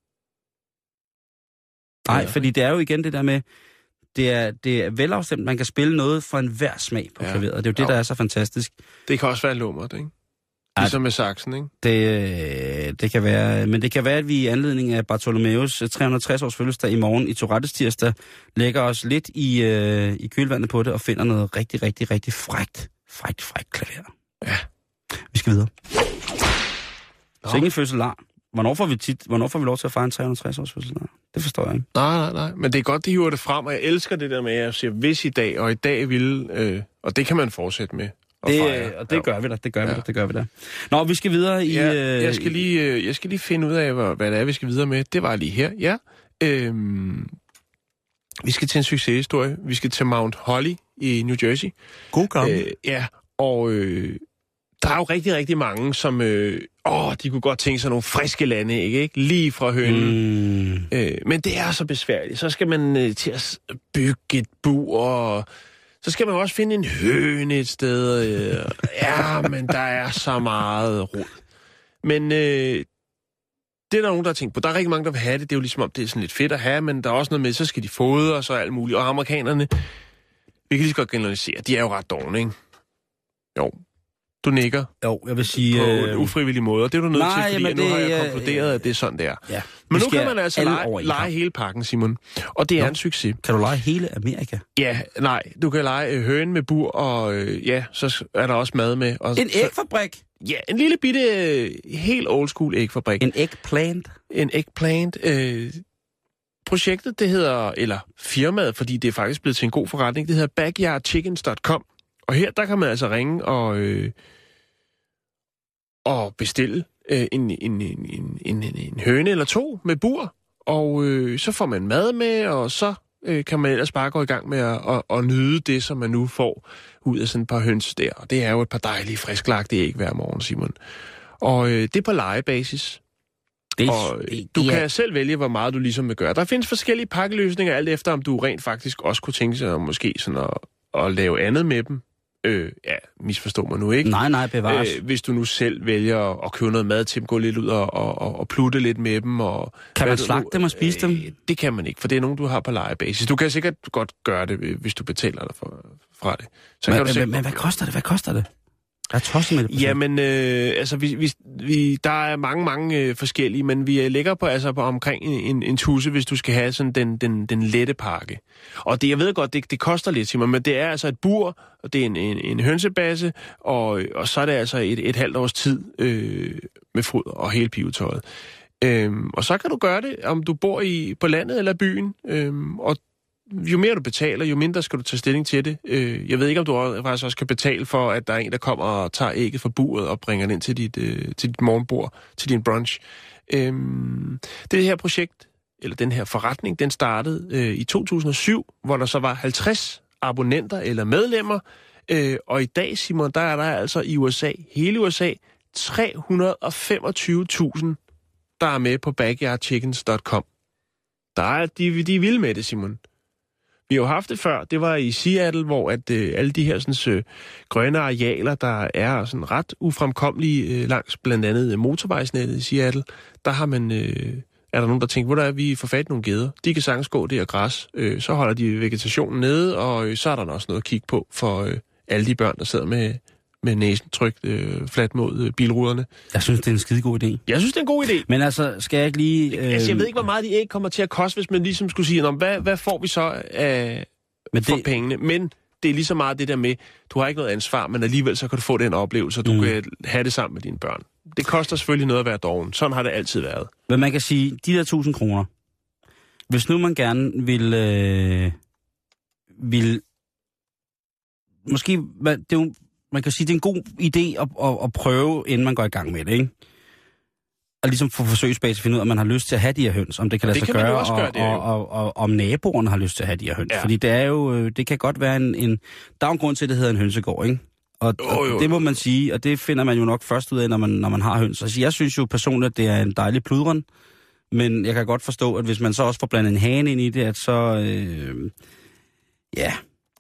Nej, ja. Fordi det er jo igen det der med... Det er, det er velafstemt, man kan spille noget for enhver smag på ja. Klaveret. Det er jo det, jo. Der er så fantastisk. Det kan også være lummert, ikke? Ligesom med saksen, ikke? Det, det kan være, men det kan være, at vi i anledning af Bartholomeus tre hundrede og tres års fødselsdag i morgen i Tourettes tirsdag, lægger os lidt i, øh, i kølvandet på det og finder noget rigtig, rigtig, rigtig frækt, frækt, frækt klaver. Ja. Vi skal videre. Så ingen fødselar. Hvornår får vi tit, hvornår får vi lov til at fejre en tre hundrede og tres års fødselsdag? Det forstår jeg ikke. Nej, nej, nej. Men det er godt, de hiver det frem, og jeg elsker det der med, at jeg siger, hvis i dag, og i dag vil, øh, og det kan man fortsætte med. Det, og det gør vi da, det gør ja. vi da, det gør vi da. Nå, vi skal videre i... Ja, jeg, skal lige, øh, jeg skal lige finde ud af, hvad, hvad det er, vi skal videre med. Det var lige her, ja. Øhm, vi skal til en succeshistorie. Vi skal til Mount Holly i New Jersey. God gammel. Øh, ja, og øh, der er jo rigtig, rigtig mange, som... Øh, åh, de kunne godt tænke sig nogle friske lande, ikke? ikke? Lige fra hønen. Mm. Øh, men det er så besværligt. Så skal man øh, til at bygge et bur, og så skal man også finde en høne et sted. Øh, ja, men der er så meget rod. Men øh, det er der nogen, der har tænkt på. Der er rigtig mange, der vil have det. Det er jo ligesom om, det er sådan lidt fedt at have, men der er også noget med, så skal de fodre og så alt muligt. Og amerikanerne, vi kan lige så godt generalisere, de er jo ret dårlige, ikke? Jo. Du nikker. Jo, jeg vil sige... På øh... en ufrivillig måde, og det er du nødt nej, til, fordi det, nu har jeg konkluderet, øh, at det er sådan, det er. Ja, men nu kan man altså lege, lege hele pakken, Simon. Og det er Nå. en succes. Kan du lege hele Amerika? Ja, nej. Du kan lege øh, høen med bur, og øh, ja, så er der også mad med. Og, en ægfabrik? Så, ja, en lille bitte, øh, helt old school ægfabrik. En eggplant? En eggplant. Øh, projektet, det hedder, eller firmaet, fordi det er faktisk blevet til en god forretning, det hedder backyard chickens dot com. Og her, der kan man altså ringe og, øh, og bestille øh, en, en, en, en, en, en høne eller to med bur. Og øh, så får man mad med, og så øh, kan man ellers bare gå i gang med at, at, at nyde det, som man nu får ud af sådan et par høns der. Og det er jo et par dejlige, frisklagte æg hver morgen, Simon. Og øh, det er på lejebasis. Det, og det, du kan ja. selv vælge, hvor meget du ligesom vil gøre. Der findes forskellige pakkeløsninger, alt efter om du rent faktisk også kunne tænke sig måske sådan at, at lave andet med dem. Øh, ja, misforstår mig nu ikke. Nej, nej, bevares. Øh, hvis du nu selv vælger at købe noget mad til dem, gå lidt ud og, og, og plutte lidt med dem. Og, kan man slagte dem og spise øh, dem? Det kan man ikke, for det er nogen, du har på lejebasis. Du kan sikkert godt gøre det, hvis du betaler dig for, fra det. Så men, kan du men, sikkert... men hvad koster det? Hvad koster det? Jeg er tosset med det. Jamen, øh, altså, vi, vi, vi, der er mange, mange øh, forskellige, men vi ligger på, altså, på omkring en, en tusse, hvis du skal have sådan den, den, den lette pakke. Og det, jeg ved godt, det, det koster lidt, Simon, men det er altså et bur, og det er en, en, en hønsebasse, og, og så er det altså et, et halvt års tid øh, med foder og hele pivetøjet. Øhm, og så kan du gøre det, om du bor i på landet eller byen, øhm, og jo mere du betaler, jo mindre skal du tage stilling til det. Øh, jeg ved ikke, om du faktisk også kan betale for, at der er en, der kommer og tager ægget fra buret og bringer det ind til dit, øh, til dit morgenbord, til din brunch. Øh, det her projekt, eller den her forretning, den startede øh, i to tusind og syv, hvor der så var halvtreds abonnenter eller medlemmer. Øh, og i dag, Simon, der er der altså i U S A, hele U S A, tre hundrede og femogtyve tusind, der er med på backyard chickens punktum com. Der er, de, de er vilde med det, Simon. Vi har jo haft det før. Det var i Seattle, hvor at øh, alle de her sådan, øh, grønne arealer, der er sådan ret ufremkommelige øh, langs blandt andet motorvejsnettet i Seattle, der har man, øh, er der nogen, der tænker, hvor der er, vi får fat nogle geder. De kan sagtens gå der og græs. Øh, så holder de vegetationen nede, og øh, så er der også noget at kigge på for øh, alle de børn, der sidder med, med næsen trykt øh, fladt mod øh, bilruderne. Jeg synes, det er en skidegod idé. Jeg synes, det er en god idé. Men altså, skal jeg ikke lige... Øh... Altså, jeg ved ikke, hvor meget de æg kommer til at koste, hvis man ligesom skulle sige, hvad, hvad får vi så af Men for det... pengene? Men det er lige så meget det der med, du har ikke noget ansvar, men alligevel så kan du få den oplevelse, og du mm. kan have det sammen med dine børn. Det koster selvfølgelig noget at være doven. Sådan har det altid været. Men man kan sige, de der tusind kroner, hvis nu man gerne vil... Øh, vil måske... Det er jo, man kan sige, det er en god idé at, at, at prøve, inden man går i gang med det, ikke? Og ligesom få forsøgsbase at finde ud af, om man har lyst til at have de her høns, om det kan lade sig gøre, og, gøre det, og, og, og, og om naboerne har lyst til at have de her høns. Ja. Fordi det er jo, det kan godt være en, en... Der er en grund til, at det hedder en hønsegård, ikke? Og, oh, og det må man sige, og det finder man jo nok først ud af, når man, når man har høns. Altså, jeg synes jo personligt, at det er en dejlig pludren, men jeg kan godt forstå, at hvis man så også får blandet en hane ind i det, at så... Øh, ja...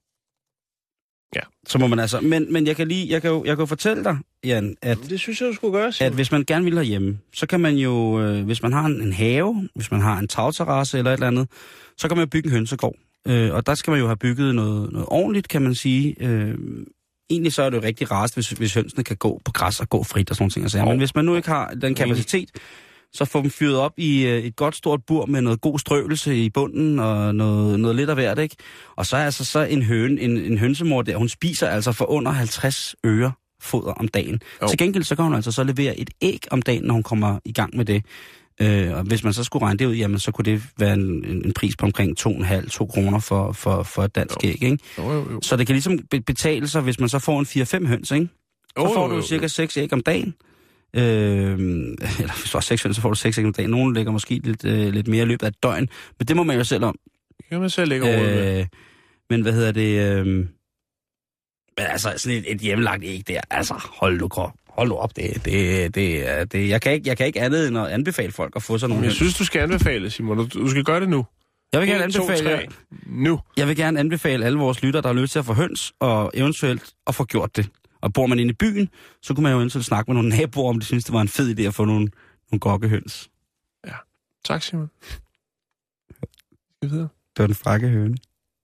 Ja. Så må man altså... Men, men jeg kan lige... Jeg kan jo, jeg kan jo fortælle dig, Jan, at... Det synes jeg, du skulle gøre, at hvis man gerne vil herhjemme, så kan man jo... Øh, hvis man har en, en have, hvis man har en tagterrasse eller et eller andet, så kan man jo bygge en hønsegård. Øh, og der skal man jo have bygget noget, noget ordentligt, kan man sige. Øh, egentlig så er det jo rigtig rarest, hvis, hvis hønsene kan gå på græs og gå frit og sådan noget. Oh. Men hvis man nu ikke har den kapacitet, så får dem fyret op i øh, et godt stort bur med noget god strøvelse i bunden og noget, noget lidt af hvert, ikke? Og så er altså så en høne, en, en hønsemor der, hun spiser altså for under halvtreds øre foder om dagen. Oh. Til gengæld så kan hun altså så levere et æg om dagen, når hun kommer i gang med det. Øh, og hvis man så skulle regne det ud, jamen så kunne det være en, en pris på omkring to komma fem til to kroner for, for, for et dansk jo. æg, ikke? Jo, jo, jo. Så det kan ligesom betale sig, hvis man så får en fire fem høns, ikke? Så får du cirka seks æg om dagen. Øh, eller hvis du har seks høns, så får du seks æg om dagen. Nogle lægger måske lidt, øh, lidt mere i løbet af et døgn, men det må man jo selv om. Det kan man selv lægge over øh, med. Men hvad hedder det? Øh, men altså, sådan et, et hjemmelagt æg der, altså, hold du krop. Hold nu op, det, det, det, det, jeg, kan ikke, jeg kan ikke andet end at anbefale folk at få sådan nogle. Jeg synes, du skal anbefale, Simon. Du, du skal gøre det nu. Jeg vil gerne anbefale, to, tre. Nu. Jeg vil gerne anbefale alle vores lyttere, der har lyst til at få høns, og eventuelt at få gjort det. Og bor man inde i byen, så kunne man jo eventuelt snakke med nogle naboer, om de synes, det var en fed idé at få nogle, nogle gokkehøns. Ja. Tak, Simon. Skal vi videre? Det var en frakke høne.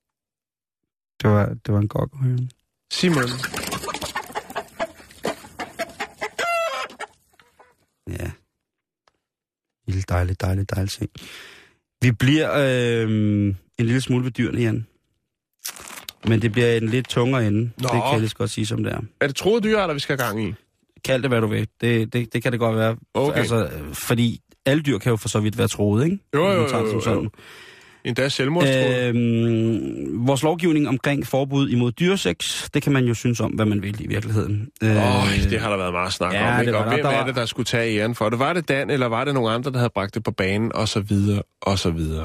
Det var, det var en gokkehøne. Simon. Ja. Lille dejligt, dejligt, dejligt ting. Vi bliver øh, en lille smule ved dyrene, Jan. Men det bliver en lidt tungere ende. Nå. Det kan jeg lige godt sige, som det er. Er det troede dyrearter, vi skal have gang i? Kald det, hvad du vil. Det, det, det kan det godt være. Okay. Altså, fordi alle dyr kan jo for så vidt være troede, ikke? Jo, jo, jo. jo, jo, jo. Endda selvmordstroede. Øhm, vores lovgivning omkring forbud imod dyresex, det kan man jo synes om, hvad man vil i virkeligheden. Åh, oh, øh, det har der været meget snak ja, om, ikke? Og hvem der, er det, der skulle tage æren for det? Var det Dan, eller var det nogen andre, der havde bragt det på banen, og så videre, og så videre?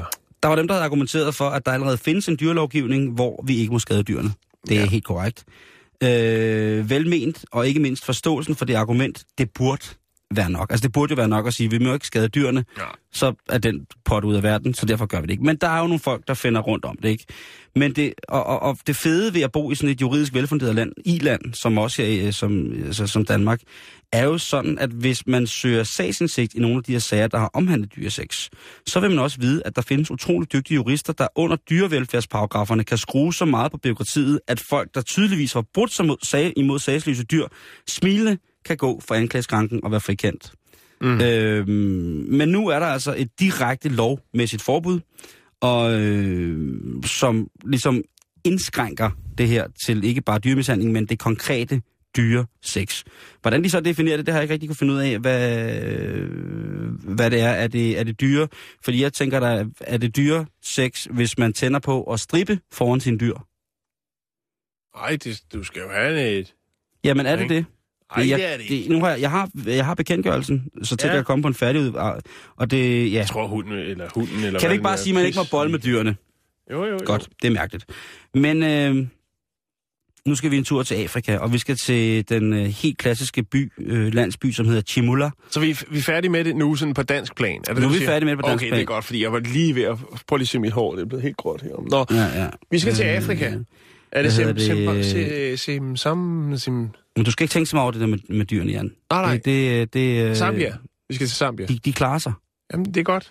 Der var dem, der havde argumenteret for, at der allerede findes en dyrelovgivning, hvor vi ikke må skade dyrene. Det er ja. helt korrekt. Øh, velment, og ikke mindst forståelsen for det argument, det burde være nok. Altså det burde jo være nok at sige, at vi må ikke skade dyrene, ja. så er den pot ud af verden, så derfor gør vi det ikke. Men der er jo nogle folk, der finder rundt om det, ikke? Men det, og, og, og det fede ved at bo i sådan et juridisk velfunderet land, i-land, som også er som, altså, som Danmark, er jo sådan, at hvis man søger sagsindsigt i nogle af de her sager, der har omhandlet dyresex, så vil man også vide, at der findes utroligt dygtige jurister, der under dyrevelfærdsparagraferne kan skrue så meget på bureaukratiet, at folk, der tydeligvis har brudt sig mod, sag, imod sagsløse dyr, smilende kan gå for anklageskranken og være frikendt. Mm. Øhm, men nu er der altså et direkte lovmæssigt forbud, og øh, som ligesom indskrænker det her til ikke bare dyremishandling, men det konkrete dyresex. Hvordan de så definerer det, det har jeg ikke rigtig kunne finde ud af, hvad, hvad det er. Er det, er det dyre? Fordi jeg tænker, der er det dyresex, hvis man tænder på at strippe foran sin dyr? Nej, du skal jo have et... Jamen er det det? Ej, jeg, det er det det, nu har jeg, jeg, har, jeg har bekendtgørelsen, så tænker ja. jeg at komme på en færdig ud. Og det, ja. Jeg tror hunden, eller hunden, eller... Kan vi ikke bare sige, at man ikke må bolle med dyrene? Jo, jo, jo. Godt, det er mærkeligt. Men øh, nu skal vi en tur til Afrika, og vi skal til den øh, helt klassiske by, øh, landsby, som hedder Chimula. Så vi, vi er færdige med det nu sådan på dansk plan? Er det, nu er vi vi færdige med det på dansk okay, plan. Okay, det er godt, fordi jeg var lige ved at... Prøv lige at se mit hår, det er blevet helt gråt her. Nå, ja, ja. vi skal til Afrika. Øh, er det simpelthen sim, sammen... Sim... Men du skal ikke tænke så meget over det der med, med dyrene, Jan. Nej, nej. Det, det, det, Zambia. Vi skal til Zambia. De, de klarer sig. Jamen, det er godt.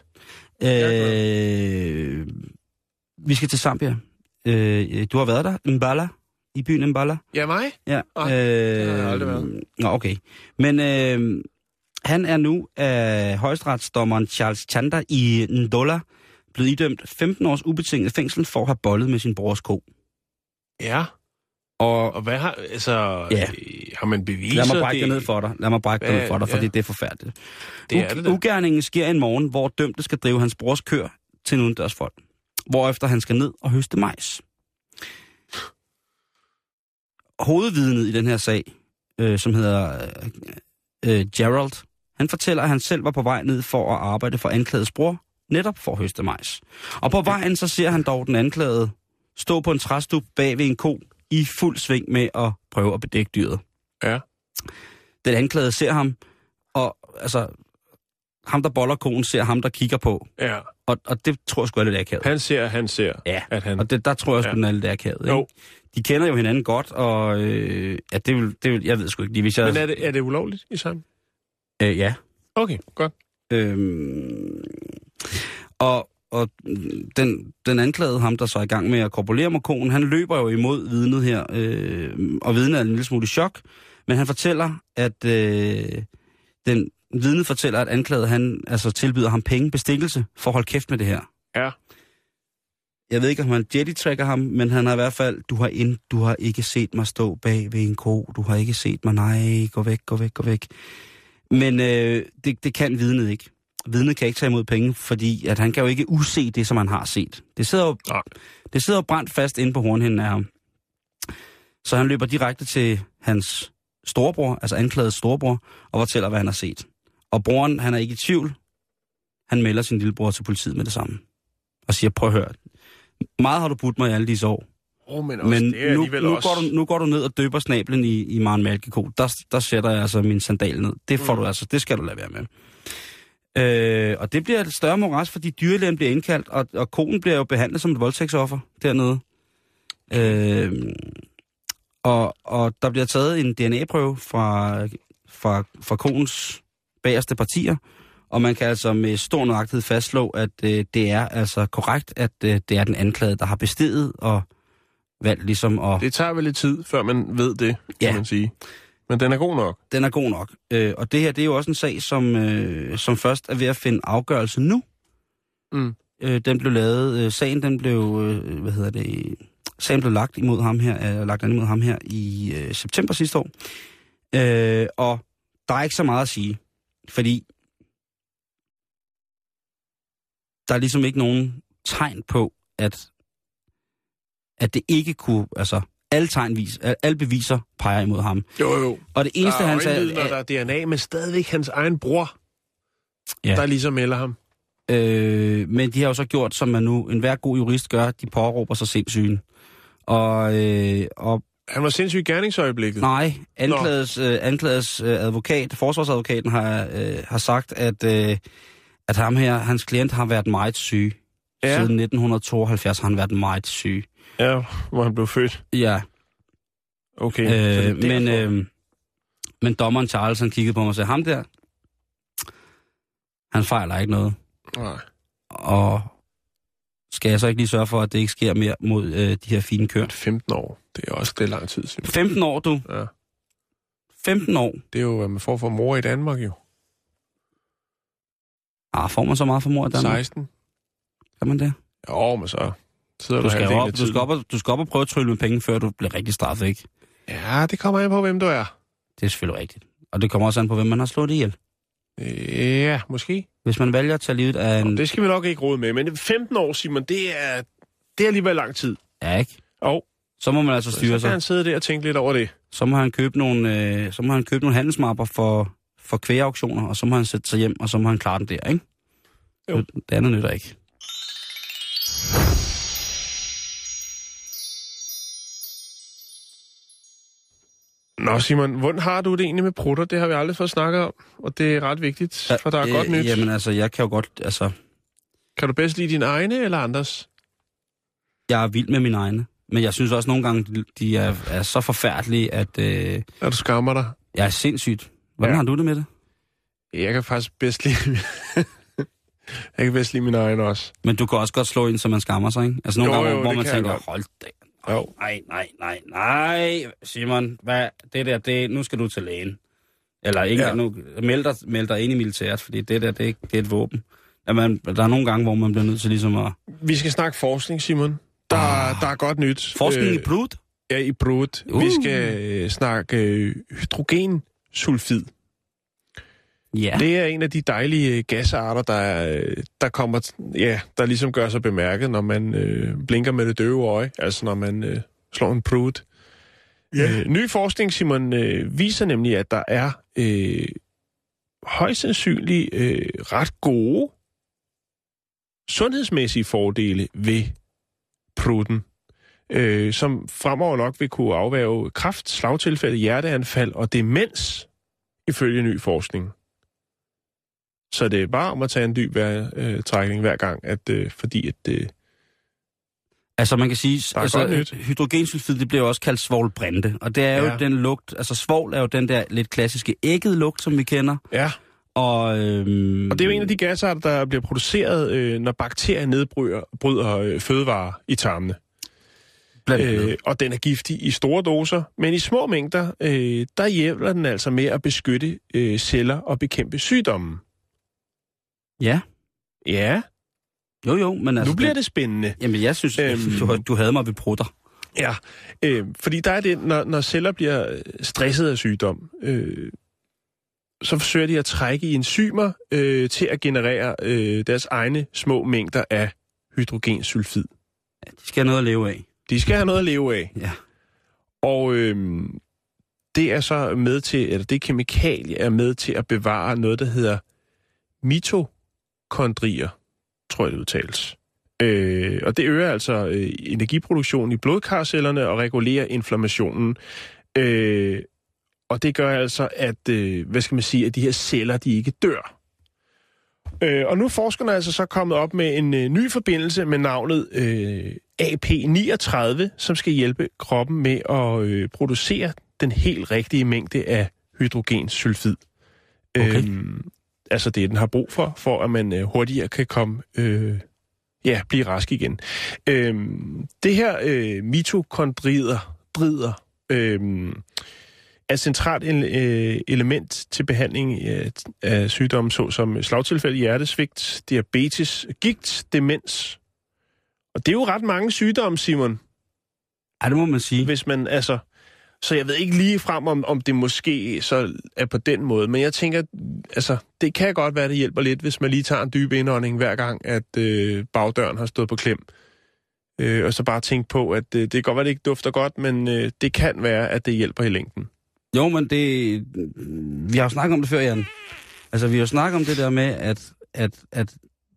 Øh, vi skal til Zambia. Øh, du har været der, Mbala, i byen Mbala. Ja, mig? Ja. Oh, øh, det har jeg aldrig været. Nå, okay. Men øh, han er nu af højesteretsdommeren Charles Chanda i Ndola blevet idømt femten års ubetinget fængsel for at have bollet med sin brors ko. Ja. Og, og hvad har, altså, ja. har man beviser? Lad mig brække det det ned for dig. Lad mig brække det ned for dig, ja. fordi det er forfærdeligt. Det er det da. Ugerningen sker en morgen, hvor dømte skal drive hans brors køer til en udendørsfold, hvorefter han skal ned og høste majs. Hovedvidnet i den her sag, øh, som hedder øh, øh, Gerald, han fortæller, at han selv var på vej ned for at arbejde for anklagets bror, netop for at høste majs. Og på vejen så ser han dog den anklagede stå på en træstup bag ved en ko i fuld sving med at prøve at bedække dyret. Ja. Den anklagede ser ham, og altså, ham der boller koen ser ham, der kigger på. Ja. Og, og det tror jeg sgu er lidt akavet. Han ser, han ser. Ja, at han... og det, der tror jeg sgu, ja. den er lidt akavet. Ikke? Jo. De kender jo hinanden godt, og øh, ja, det vil, det vil, jeg ved sgu ikke. Hvis jeg... Men er det, er det ulovligt i sammen? Øh, ja. Okay, godt. Øhm, og og den, den anklagede ham, der så er i gang med at korpulere med koen, han løber jo imod vidnet her, øh, og vidnet er en lille smule i chok, men han fortæller, at øh, den vidnet fortæller, at anklagede han altså tilbyder ham penge, bestikkelse, for at holde kæft med det her. Ja. Jeg ved ikke, om han jetty-tracker ham, men han har i hvert fald, du har, ind, du har ikke set mig stå bag ved en ko, du har ikke set mig, nej, gå væk, gå væk, gå væk. Men øh, det, det kan vidnet ikke. Vidnet kan ikke tage imod penge, fordi at han kan jo ikke use det, som han har set. Det sidder jo, ja. det sidder jo brændt fast inde på hornhinden af ham. Så han løber direkte til hans storebror, altså anklagets storebror, og fortæller, hvad han har set. Og broren, han er ikke i tvivl. Han melder sin lillebror til politiet med det samme. Og siger, prøv at høre. Meget har du budt mig i alle disse år. Oh, men også, men det er nu, nu, også... går du, nu går du ned og døber snablen i, i Maren Malkeko. Der, der sætter jeg altså min sandal ned. Det får mm. du altså, det skal du lade være med. Øh, og det bliver et større moras, fordi dyrlægen bliver indkaldt, og, og konen bliver jo behandlet som et voldtægtsoffer dernede. Øh, og, og der bliver taget en D N A-prøve fra, fra, fra konens bagerste partier, og man kan altså med stor nøjagtighed fastslå, at øh, det er altså korrekt, at øh, det er den anklagede, der har besteget og valgt ligesom at... Det tager vel lidt tid, før man ved det, ja. kan man sige. Men den er god nok. Den er god nok. Øh, og det her, det er jo også en sag, som, øh, som først er ved at finde afgørelse nu. Mm. Øh, den blev lavet, øh, sagen den blev, øh, hvad hedder det, sagen blev lagt imod ham her, øh, lagt imod ham her i øh, september sidste år. Øh, og der er ikke så meget at sige, fordi der er ligesom ikke nogen tegn på, at, at det ikke kunne, altså... Alle tegnvis, alle beviser peger imod ham. Jo, jo. Og det eneste, der er han sagde... Der er D N A, men stadigvæk hans egen bror, ja. der ligesom melder ham. Øh, men de har jo så gjort, som man nu, enhver god jurist gør, de påråber sig sindssygen. Og, øh, og Han var sindssyg i gerningsøjeblikket. nej, anklagets, øh, anklagets øh, advokat, forsvarsadvokaten, har, øh, har sagt, at, øh, at ham her, hans klient har været meget syg. Ja. Siden nitten tooghalvfjerds har han været meget syg. Ja, hvor han blev født. Ja, Okay. så øh, det er men, derfor. øh, men dommeren Charles, han kiggede på mig og sagde, ham der, han fejler ikke noget. Nej. Og skal jeg så ikke lige sørge for, at det ikke sker mere mod øh, de her fine køer? femten år. Det er også det er lang tid siden. femten år, du. Ja. femten år. Det er jo, hvad man får for mor i Danmark jo. Ah, får man så meget for mor i Danmark? seksten. Kan man det? Jo, men så sidder Du du skal, halvdelen op, af du, tiden. skal op, og, du skal op og prøve at trylle med penge, før du bliver rigtig straffet, ikke? Ja, det kommer an på, hvem du er. Det er selvfølgelig rigtigt. Og det kommer også an på, hvem man har slået ihjel. Ja, måske. Hvis man vælger at tage livet af en... Det skal vi nok ikke råde med. Men femten år, Simon, det er, det er alligevel lang tid. Ja, ikke? Og Så må man altså så styre kan sig. han sidde der og tænke lidt over det. Så må han købe nogle, øh, så må han købe nogle handelsmapper for, for kvægeauktioner, og så må han sætte sig hjem, og så må han klare den der, ikke? Jo. Det andet nytter ikke. Nå, Simon, hvordan har du det egentlig med prutter? Det har vi aldrig fået snakket om, og det er ret vigtigt, for der er Øh, godt nyt. Jamen altså, jeg kan jo godt, altså, Kan du bedst lide dine egne eller andres? jeg er vild med mine egne. Men jeg synes også nogle gange, de- de er, er så forfærdelige, at øh, Når du skammer dig? jeg er sindssygt. Hvordan Ja. har du det med det? Jeg kan faktisk bedst lide... jeg kan bedst lide mine egne også. Men du kan også godt slå ind, så man skammer sig, ikke? Altså nogle Jo, gange, jo, hvor, hvor det man kan jeg tænker, godt. hold da. Jo. Nej, nej, nej, nej, Simon, hvad, det der, det, nu skal du til lægen. Eller ikke, Ja. ja. nu, meld dig, meld dig ind i militæret, fordi det der, det, det er et våben. Jamen, der er nogle gange, hvor man bliver nødt til ligesom at... Vi skal snakke forskning, Simon. Der, Ah. der er godt nyt. Forskning Øh, i blod? Ja, i brudt. Uh. Vi skal øh, snakke øh, hydrogensulfid. Ja. Det er en af de dejlige øh, gasarter, der, øh, der kommer, ja, der ligesom gør sig bemærket, når man øh, blinker med det døve øje, altså når man øh, slår en brud. Yeah. Øh, ny forskning, Simon, øh, viser nemlig, at der er øh, højst sandsynligt øh, ret gode sundhedsmæssige fordele ved pruden, øh, som fremover nok vil kunne afværge kræft, slagtilfælde, hjerteanfald og demens, ifølge ny forskning. Så det er bare om at tage en dyb vejrtrækning hver gang, at, øh, fordi at, øh, Altså man kan sige, Der er altså, godt nyt. hydrogensulfid, det bliver også kaldt svovlbrinte. Og det er jo Ja. den lugt, altså svovl er jo den der lidt klassiske ægget lugt, som vi kender. ja, Og, øhm, og det er jo en af de gasarter, der bliver produceret, øh, når bakterier nedbryder bryder, øh, fødevarer i tarmene. blandt andet. Øh, og den er giftig i store doser, men i små mængder, øh, der hjælper den altså med at beskytte øh, celler og bekæmpe sygdommen. Ja, Ja, jo jo, men altså... nu bliver det spændende. Jamen jeg synes, Øhm. du, du havde mig ved prutter. Ja, øh, fordi der er det, når, når celler bliver stresset af sygdom, øh, så forsøger de at trække i enzymer øh, til at generere øh, deres egne små mængder af hydrogensulfid. Ja, de skal have noget at leve af. De skal have noget at leve af. Ja. Og øh, det er så med til, eller det kemikalie er med til at bevare noget, der hedder mitokondrier, tror jeg det udtales. Øh, og det øger altså øh, energiproduktionen i blodkarcellerne og regulerer inflammationen. Øh, og det gør altså, at, øh, hvad skal man sige, at de her celler, de ikke dør. Øh, og nu er forskerne altså så kommet op med en øh, ny forbindelse med navnet øh, A P niogtredive, som skal hjælpe kroppen med at øh, producere den helt rigtige mængde af hydrogensulfid. Okay. Øhm, altså det, den har brug for, for at man øh, hurtigere kan komme, øh, ja, blive rask igen. Øhm, det her øh, mitokondrier, drider, øh, er et centralt øh, element til behandling af, af sygdomme, såsom slagtilfælde, hjertesvigt, diabetes, gigt, demens. Og det er jo ret mange sygdomme, Simon, Ja, det må man sige. hvis man, altså... Så jeg ved ikke lige frem, om, om det måske så er på den måde, men jeg tænker, altså, det kan godt være, det hjælper lidt, hvis man lige tager en dyb indånding hver gang, at øh, bagdøren har stået på klem. Øh, og så bare tænke på, at øh, det kan godt være, det ikke dufter godt, men øh, det kan være, at det hjælper i længden. Jo, men det... Vi har jo snakket om det før, Jan. Altså, vi har jo snakket om det der med, at, at, at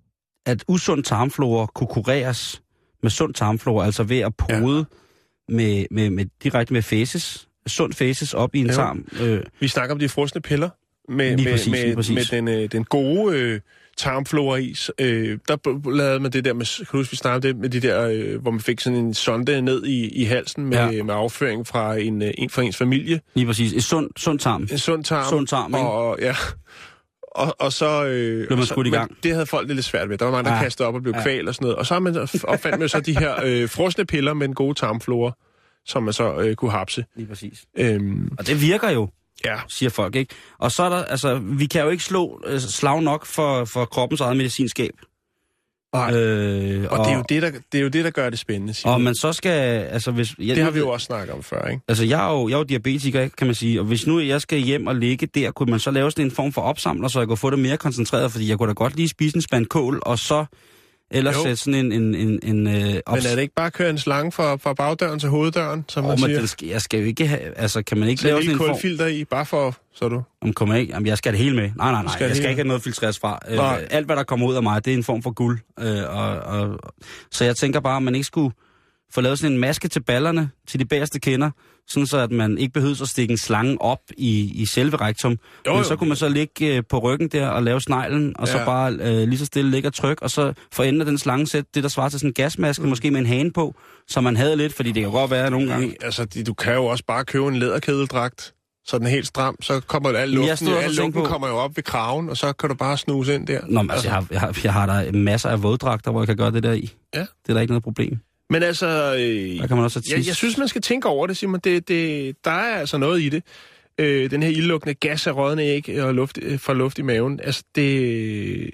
at usund tarmflora kunne kureres med sund tarmflora, altså ved at pode ja. med, med, med, direkte med fæses, sund fæses op i en jo. tarm. Øh. Vi snakker om de frosne piller med, Lige med, præcis, med, lige præcis. med den, øh, den gode øh, tarmflora i. Øh, der lavede man det der med, kan du huske, vi snakkede det med de der, øh, hvor man fik sådan en sonde ned i, i halsen med, ja. med afføring fra en, øh, en fra ens familie. Lige præcis. En sund, sund tarm. En sund tarm. Sund tarm, ikke? Og, ja. Og, og så... Øh, blev man så, skudt i gang. Det havde folk det lidt svært ved. Der var mange, der ja. kastede op og blev ja. kvalt og sådan noget. Og så har man opfandt man så de her øh, frosne piller med en god tarmflora, som man så øh, kunne hapse. Lige præcis. Øhm, og det virker jo, ja. siger folk, ikke? Og så er der, altså, vi kan jo ikke slå øh, slag nok for, for kroppens eget medicinskab. Nej. Øh, og, og det er jo det, der, det er jo det, der gør det spændende. Simon. Og man så skal, altså hvis... Jeg, det har vi jo også snakket om før, ikke? Altså, jeg er jo, jeg er jo diabetiker, kan man sige, og hvis nu jeg skal hjem og ligge der, kunne man så lave sådan en form for opsamler, så jeg kunne få det mere koncentreret, fordi jeg kunne da godt lige spise en spand kål, og så ellers jo. sætte sådan en... en, en, en øh, men er det ikke bare at køre en slange fra, fra bagdøren til hoveddøren, som oh, man siger? Men skal, jeg skal jo ikke have... Altså, kan man ikke så lave sådan en form... kulfilter i, bare for... Så du? Om kommer ikke... Jamen, jeg skal det hele med. Nej, nej, nej. Skal jeg skal ikke have noget filtreres fra. Øh, alt, hvad der kommer ud af mig, det er en form for guld. Øh, og, og, så jeg tænker bare, at man ikke skulle få lavet sådan en maske til ballerne, til de bagerste kinder, sådan så at man ikke behøver at stikke en slange op i, i selve rektum. Jo, men jo. Så kunne man så ligge øh, på ryggen der og lave sneglen, og ja. så bare øh, lige så stille ligge og trykke, og så for enden af den slange sætte det, der svarer til sådan en gasmaske, mm. måske med en hane på, så man havde lidt, fordi det kan godt være nogle gange. Altså, du kan jo også bare købe en læderkædeldragt, så den er helt stram, så kommer al luften, al luften kommer jo op ved kraven, og så kan du bare snuse ind der. Nå, men altså, jeg har, jeg har, jeg har der masser af våddragter, hvor jeg kan gøre det der i. Ja. Det er da ikke noget problem. Men altså, øh, der kan man også jeg, jeg synes, man skal tænke over det, Simon. Det, det, der er altså noget i det. Øh, den her ildlukkende gas af rådne æg og luft, fra luft i maven, altså det...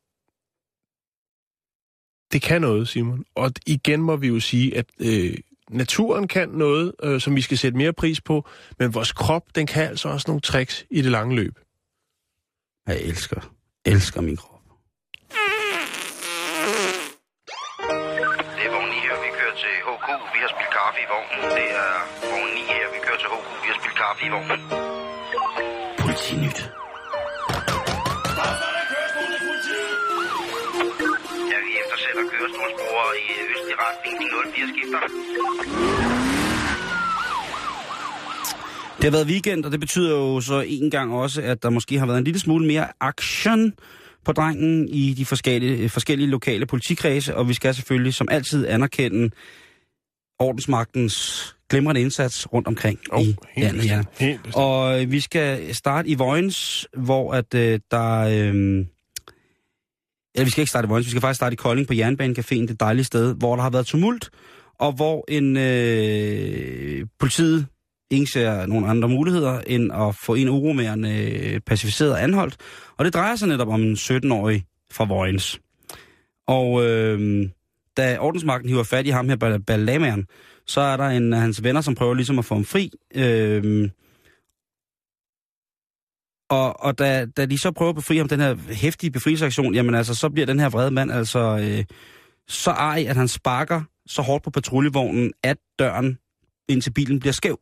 Det kan noget, Simon. Og igen må vi jo sige, at øh, naturen kan noget, øh, som vi skal sætte mere pris på, men vores krop, den kan altså også nogle tricks i det lange løb. Jeg elsker, elsker min krop. Til H Q, vi har spillet kaffe i vognen. Det er vogn ni her, vi kører til H Q, vi har spillet kaffe i vognen. Politinyt. Ja, vi eftersætter kørestolsbrugere i østlig retning, de nul fire skifter. Det har været weekend, og det betyder jo så en gang også, at der måske har været en lille smule mere action på drengen i de forskellige, forskellige lokale politikredse, og vi skal selvfølgelig som altid anerkende ordensmagtens glimrende indsats rundt omkring oh, i landet. Ja. Og vi skal starte i Vojens, hvor at øh, der... Øh, ja, vi skal ikke starte i Vojens, vi skal faktisk starte i Kolding på Jernbanecaféen, det dejlige sted, hvor der har været tumult, og hvor en øh, politiet ingen ser nogen andre muligheder, end at få en uromærende pacificeret og anholdt. Og det drejer sig netop om en sytten-årig fra Vojens. Og øh, da ordensmagten hiver fat i ham her, ballameren, så er der en af hans venner, som prøver ligesom at få ham fri. Øh, og og da, da de så prøver at befri ham, den her heftige befrielsesaktion, jamen altså, så bliver den her vrede mand altså øh, så ej, at han sparker så hårdt på patruljevognen, at døren ind til bilen bliver skæv.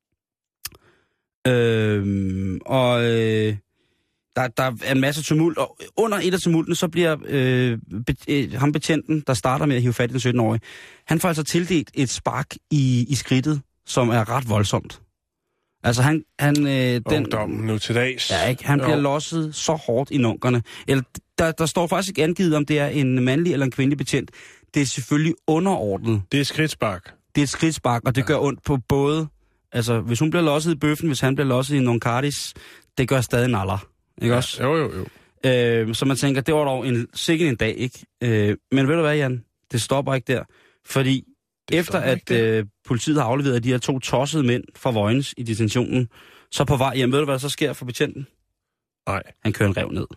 Øh, og øh, der, der er en masse tumult, og under et af tumulten, så bliver øh, be, øh, ham betjenten, der starter med at hive fat i den sytten-årige, han får altså tildelt et spark i, i skridtet, som er ret voldsomt. Altså han... han øh, den, Ungdommen nu til dags. Ja, ikke? Han bliver jo. losset så hårdt i nunkerne. Eller, der, der står faktisk ikke angivet, om det er en mandlig eller en kvindelig betjent. Det er selvfølgelig underordnet. Det er et skridtspark. Det er et skridtspark, og det ja. gør ondt på både... Altså, hvis hun bliver losset i bøffen, hvis han bliver losset i nogle kardis, det gør stadig naller. Ikke ja, også? Jo, jo, jo. Øh, så man tænker, det var dog en, sikkert en dag, ikke? Øh, men ved du hvad, Jan? Det stopper ikke der. Fordi det efter at øh, politiet har afleveret de her to tossede mænd fra Vojens i detentionen, så på vej hjem, ved du hvad der så sker for betjenten? Nej. Han kører en rev ned.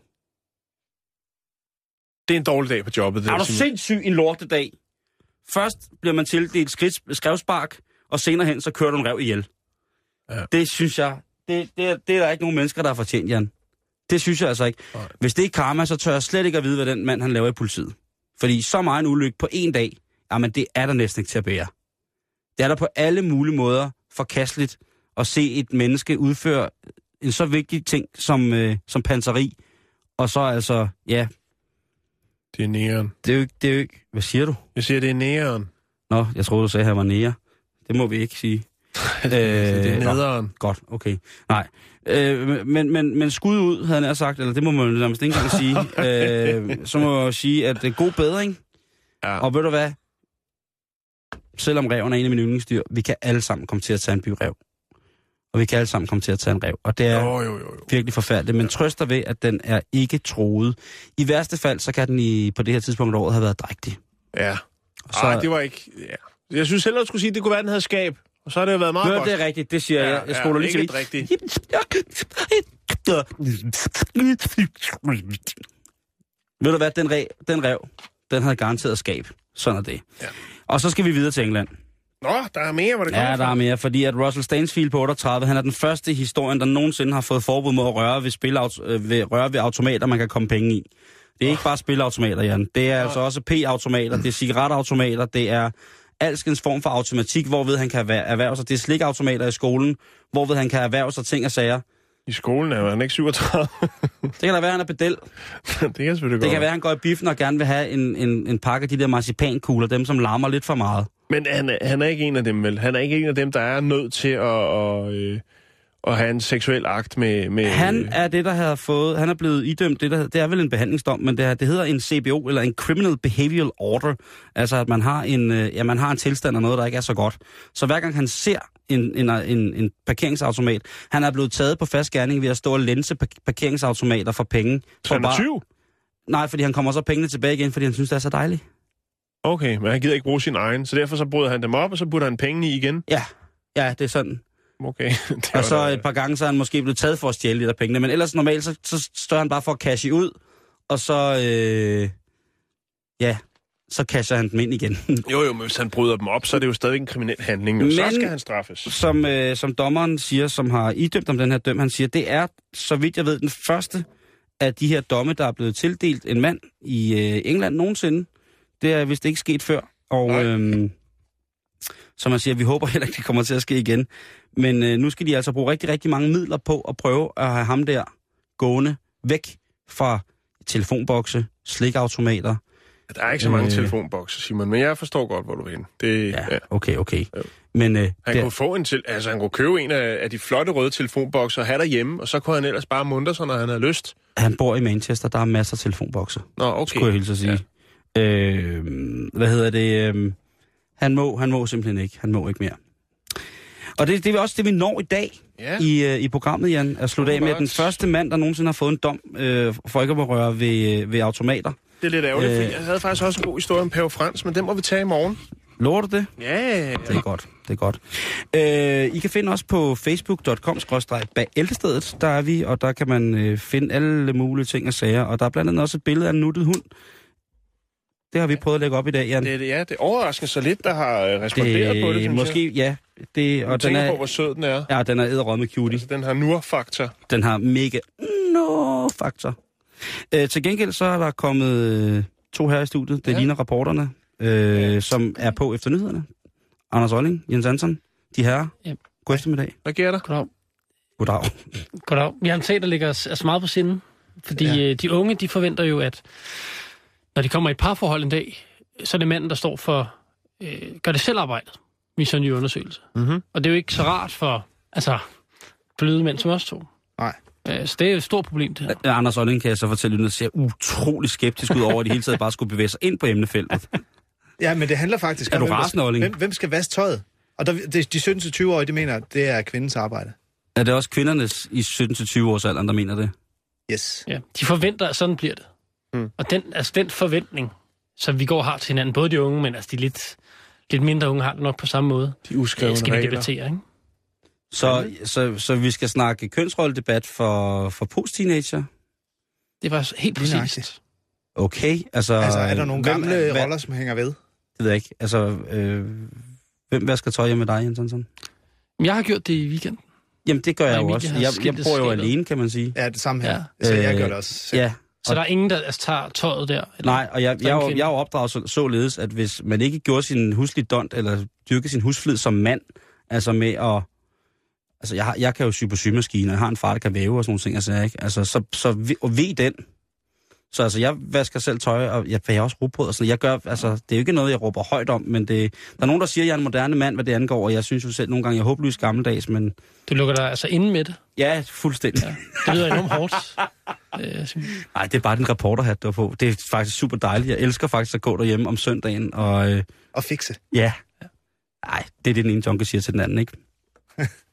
Det er en dårlig dag på jobbet. Det er du sindssyg en lortedag? Først bliver man tildelt skridt, skrevspark, og senere hen, så kører du en rev ihjel. Ja. Det synes jeg, det, det, er, det er der ikke nogen mennesker, der har fortjent, Jan. Det synes jeg altså ikke. Nej. Hvis det er karma, så tør jeg slet ikke at vide, hvad den mand, han laver i politiet. Fordi så meget en ulykke på en dag, jamen det er der næsten ikke til at bære. Det er der på alle mulige måder forkasteligt at se et menneske udføre en så vigtig ting som, øh, som panseri. Og så altså, ja... Det er næren. Det er jo ikke... Det er jo ikke hvad siger du? Jeg siger, det er næren. Nå, jeg troede, du sagde, at han var nære. Det må vi ikke sige. øh, det er nederen. Godt, okay. Nej. Øh, men, men, men skud ud, havde han sagt, eller det må man nærmest ikke engang sige. øh, så må jeg sige, at det er god bedring. Ja. Og ved du hvad? Selvom ræven er en af mine yndlingsdyr, vi kan alle sammen komme til at tage en byrev. Og vi kan alle sammen komme til at tage en ræv. Og det er jo, jo, jo, jo. virkelig forfærdeligt. Men trøster ved, at den er ikke troet. I værste fald, så kan den i, på det her tidspunkt af året have været drægtig. Ja. Så... Ej, det var ikke... Ja. Jeg synes heller, du skulle sige, at det kunne være, at den havde skab. Og så har det jo været meget Nå, godt. det er rigtigt, det siger ja, jeg. Jeg spoler ja, lige til ikke rigtigt. Ved du hvad, den rev, den rev, den havde garanteret skab. Sådan er det. Ja. Og så skal vi videre til England. Nå, der er mere, hvor det kommer Ja, der er mere, fordi at Russell Stansfield på otteogtredive, han er den første i historien, der nogensinde har fået forbud mod at røre ved, spilaut- øh, ved, røre ved automater, man kan komme penge i. Det er oh. ikke bare spilautomater, Jan. Det er oh. altså også P-automater, det er cigaretautomater, det er alskens form for automatik, hvorved han kan erhverve sig. Det er slikautomater i skolen, hvorved han kan erhverve sig ting og sager. I skolen er han ikke syvogtredive. Det kan da være, han er pedel. det kan selvfølgelig Det kan være, han går i biffen og gerne vil have en, en, en pakke af de der marcipankugler, dem som larmer lidt for meget. Men han er, han er ikke en af dem, vel? Han er ikke en af dem, der er nødt til at, at, øh, at have en seksuel akt med... med han er det, der har fået... Han er blevet idømt det, der, det er vel en behandlingsdom, men det, er, det hedder en C B O, eller en Criminal Behavioral Order. Altså, at man har en, ja, man har en tilstand af noget, der ikke er så godt. Så hver gang han ser en, en, en, en parkeringsautomat, han er blevet taget på fast gerning ved at stå og lænse parkeringsautomater for penge. Så han er tyv? Nej, fordi han kommer så pengene tilbage igen, fordi han synes, det er så dejligt. Okay, men han gider ikke bruge sin egen, så derfor så bryder han dem op, og så putter han pengene i igen? Ja, ja, det er sådan. Okay. Det og så et par gange, så er han måske blevet taget for at stjæle lidt af pengene, men ellers normalt, så, så står han bare for at cashe ud, og så, øh, ja, så casher han dem ind igen. jo, jo, men hvis han bryder dem op, så er det jo stadig en kriminel handling, og men, så skal han straffes. Som, øh, som dommeren siger, som har idømt om den her døm, han siger, det er, så vidt jeg ved, den første af de her domme, der er blevet tildelt en mand i øh, England nogensinde. Det er vist ikke sket før, og øhm, som man siger, vi håber heller ikke, det kommer til at ske igen. Men øh, nu skal de altså bruge rigtig, rigtig mange midler på at prøve at have ham der gående væk fra telefonbokse, slikautomater. Der er ikke så mange øh... telefonbokse, Simon, men jeg forstår godt, hvor du er henne. Det, ja, ja, okay, okay. Ja. Men, øh, han, der... kunne få en til, altså, han kunne købe en af, af de flotte røde telefonbokser og have derhjemme, og så kunne han ellers bare muntre sig, når han havde lyst. Han bor i Manchester, der er masser af telefonbokser. Nå, okay. Skulle jeg hilse at sige. Ja. Øh, hvad hedder det? Øh, han må, han må simpelthen ikke. Han må ikke mere. Og det, det er også det, vi når i dag ja. i, øh, i programmet, Jan. At slutte af med den første mand, der nogensinde har fået en dom øh, for ikke at røre ved, ved automater. Det er lidt ærgerligt, øh, fordi jeg havde faktisk også en god historie om Pave Frans, men den må vi tage i morgen. Lover du det? Ja. Det er godt, det er godt. Øh, I kan finde os på facebook punktum com skråstreg bæltestedet, der er vi, og der kan man øh, finde alle mulige ting og sager. Og der er blandt andet også et billede af en nuttet hund. Det har vi prøvet at lægge op i dag, Jan. Det, ja, det er overraskende så lidt, der har responderet det, på det, synes måske, jeg. ja. Det, og du den tænker er, på, hvor sød den er. Ja, den er edderrød cutie. Altså, den har nur-faktor. Den har mega no-faktor. Øh, til gengæld så er der kommet øh, to her i studiet. Det ja. ligner rapporterne, øh, ja. som er på efter nyhederne. Anders Olling, Jens Hansen, de herrer. Ja. God eftermiddag. Hvad gør der? Goddag. Goddag. Goddag. Vi har en sag, der ligger altså meget på sinde. Fordi ja. de unge, de forventer jo, at når de kommer i et parforhold en dag, så er det manden, der står for øh, gør det selv arbejdet i sådan en ny undersøgelse. Mm-hmm. Og det er jo ikke så rart for, altså, for lyde mænd som os to. Nej. Øh, så det er jo et stort problem, det her. Ja, Anders Olling kan jeg så fortælle, at han ser utrolig skeptisk ud over, at de hele tiden bare skulle bevæge sig ind på emnefeltet. Ja, men det handler faktisk om, hvem, rasende, hvem, hvem skal vaske tøjet? Og der, de, de sytten til tyve-årige, de mener, det er kvindens arbejde. Er det også kvindernes i sytten til tyve års alderen, der mener det? Yes. Ja, de forventer, at sådan bliver det. Mm. Og den, altså den forventning, som vi går har til hinanden, både de unge, men altså de lidt, lidt mindre unge har det nok på samme måde. De uskrevne skal vi regler. debattere, ikke? Så, så, så vi skal snakke kønsrolledebat for, for post-teenager? Det var helt præcist. Okay, altså... Altså, er der nogle hvem, gamle hvad, roller, som hænger ved? Det ved jeg ikke. Altså, øh, hvem vasker tøj hjemme med dig, Jens Hansen? Jeg har gjort det i weekenden. Jamen, det gør jeg jo også. Jeg, jeg bor jo alene, kan man sige. Ja, det samme her. Ja. Så jeg gør det også selv. Ja. Så der er ingen, der altså, tager tøjet der? Eller? Nej, og jeg, jeg, jeg, jeg er jo opdraget så, således, at hvis man ikke gjorde sin huslige dont, eller dyrke sin husflid som mand, altså med at... Altså, jeg, har, jeg kan jo sy på symaskiner, jeg har en far, der kan væve og sådan nogle ting, altså, ikke? Altså, så, så ved den, Så altså, jeg vasker selv tøj, og jeg bager også rugbrød og sådan. Jeg gør, altså, det er jo ikke noget, jeg råber højt om, men det, der er nogen, der siger, at jeg er en moderne mand, hvad det angår, og jeg synes jo selv nogle gange, jeg er håbløs gammeldags, men... Du lukker dig altså inde med det? Ja, fuldstændig. Ja, det lyder enormt hårdt. Nej, det er bare den reporterhat, der er på. Det er faktisk super dejligt. Jeg elsker faktisk at gå derhjemme om søndagen og... Øh, og fikse. Ja. Nej, det er det, den ene junkie siger til den anden, ikke?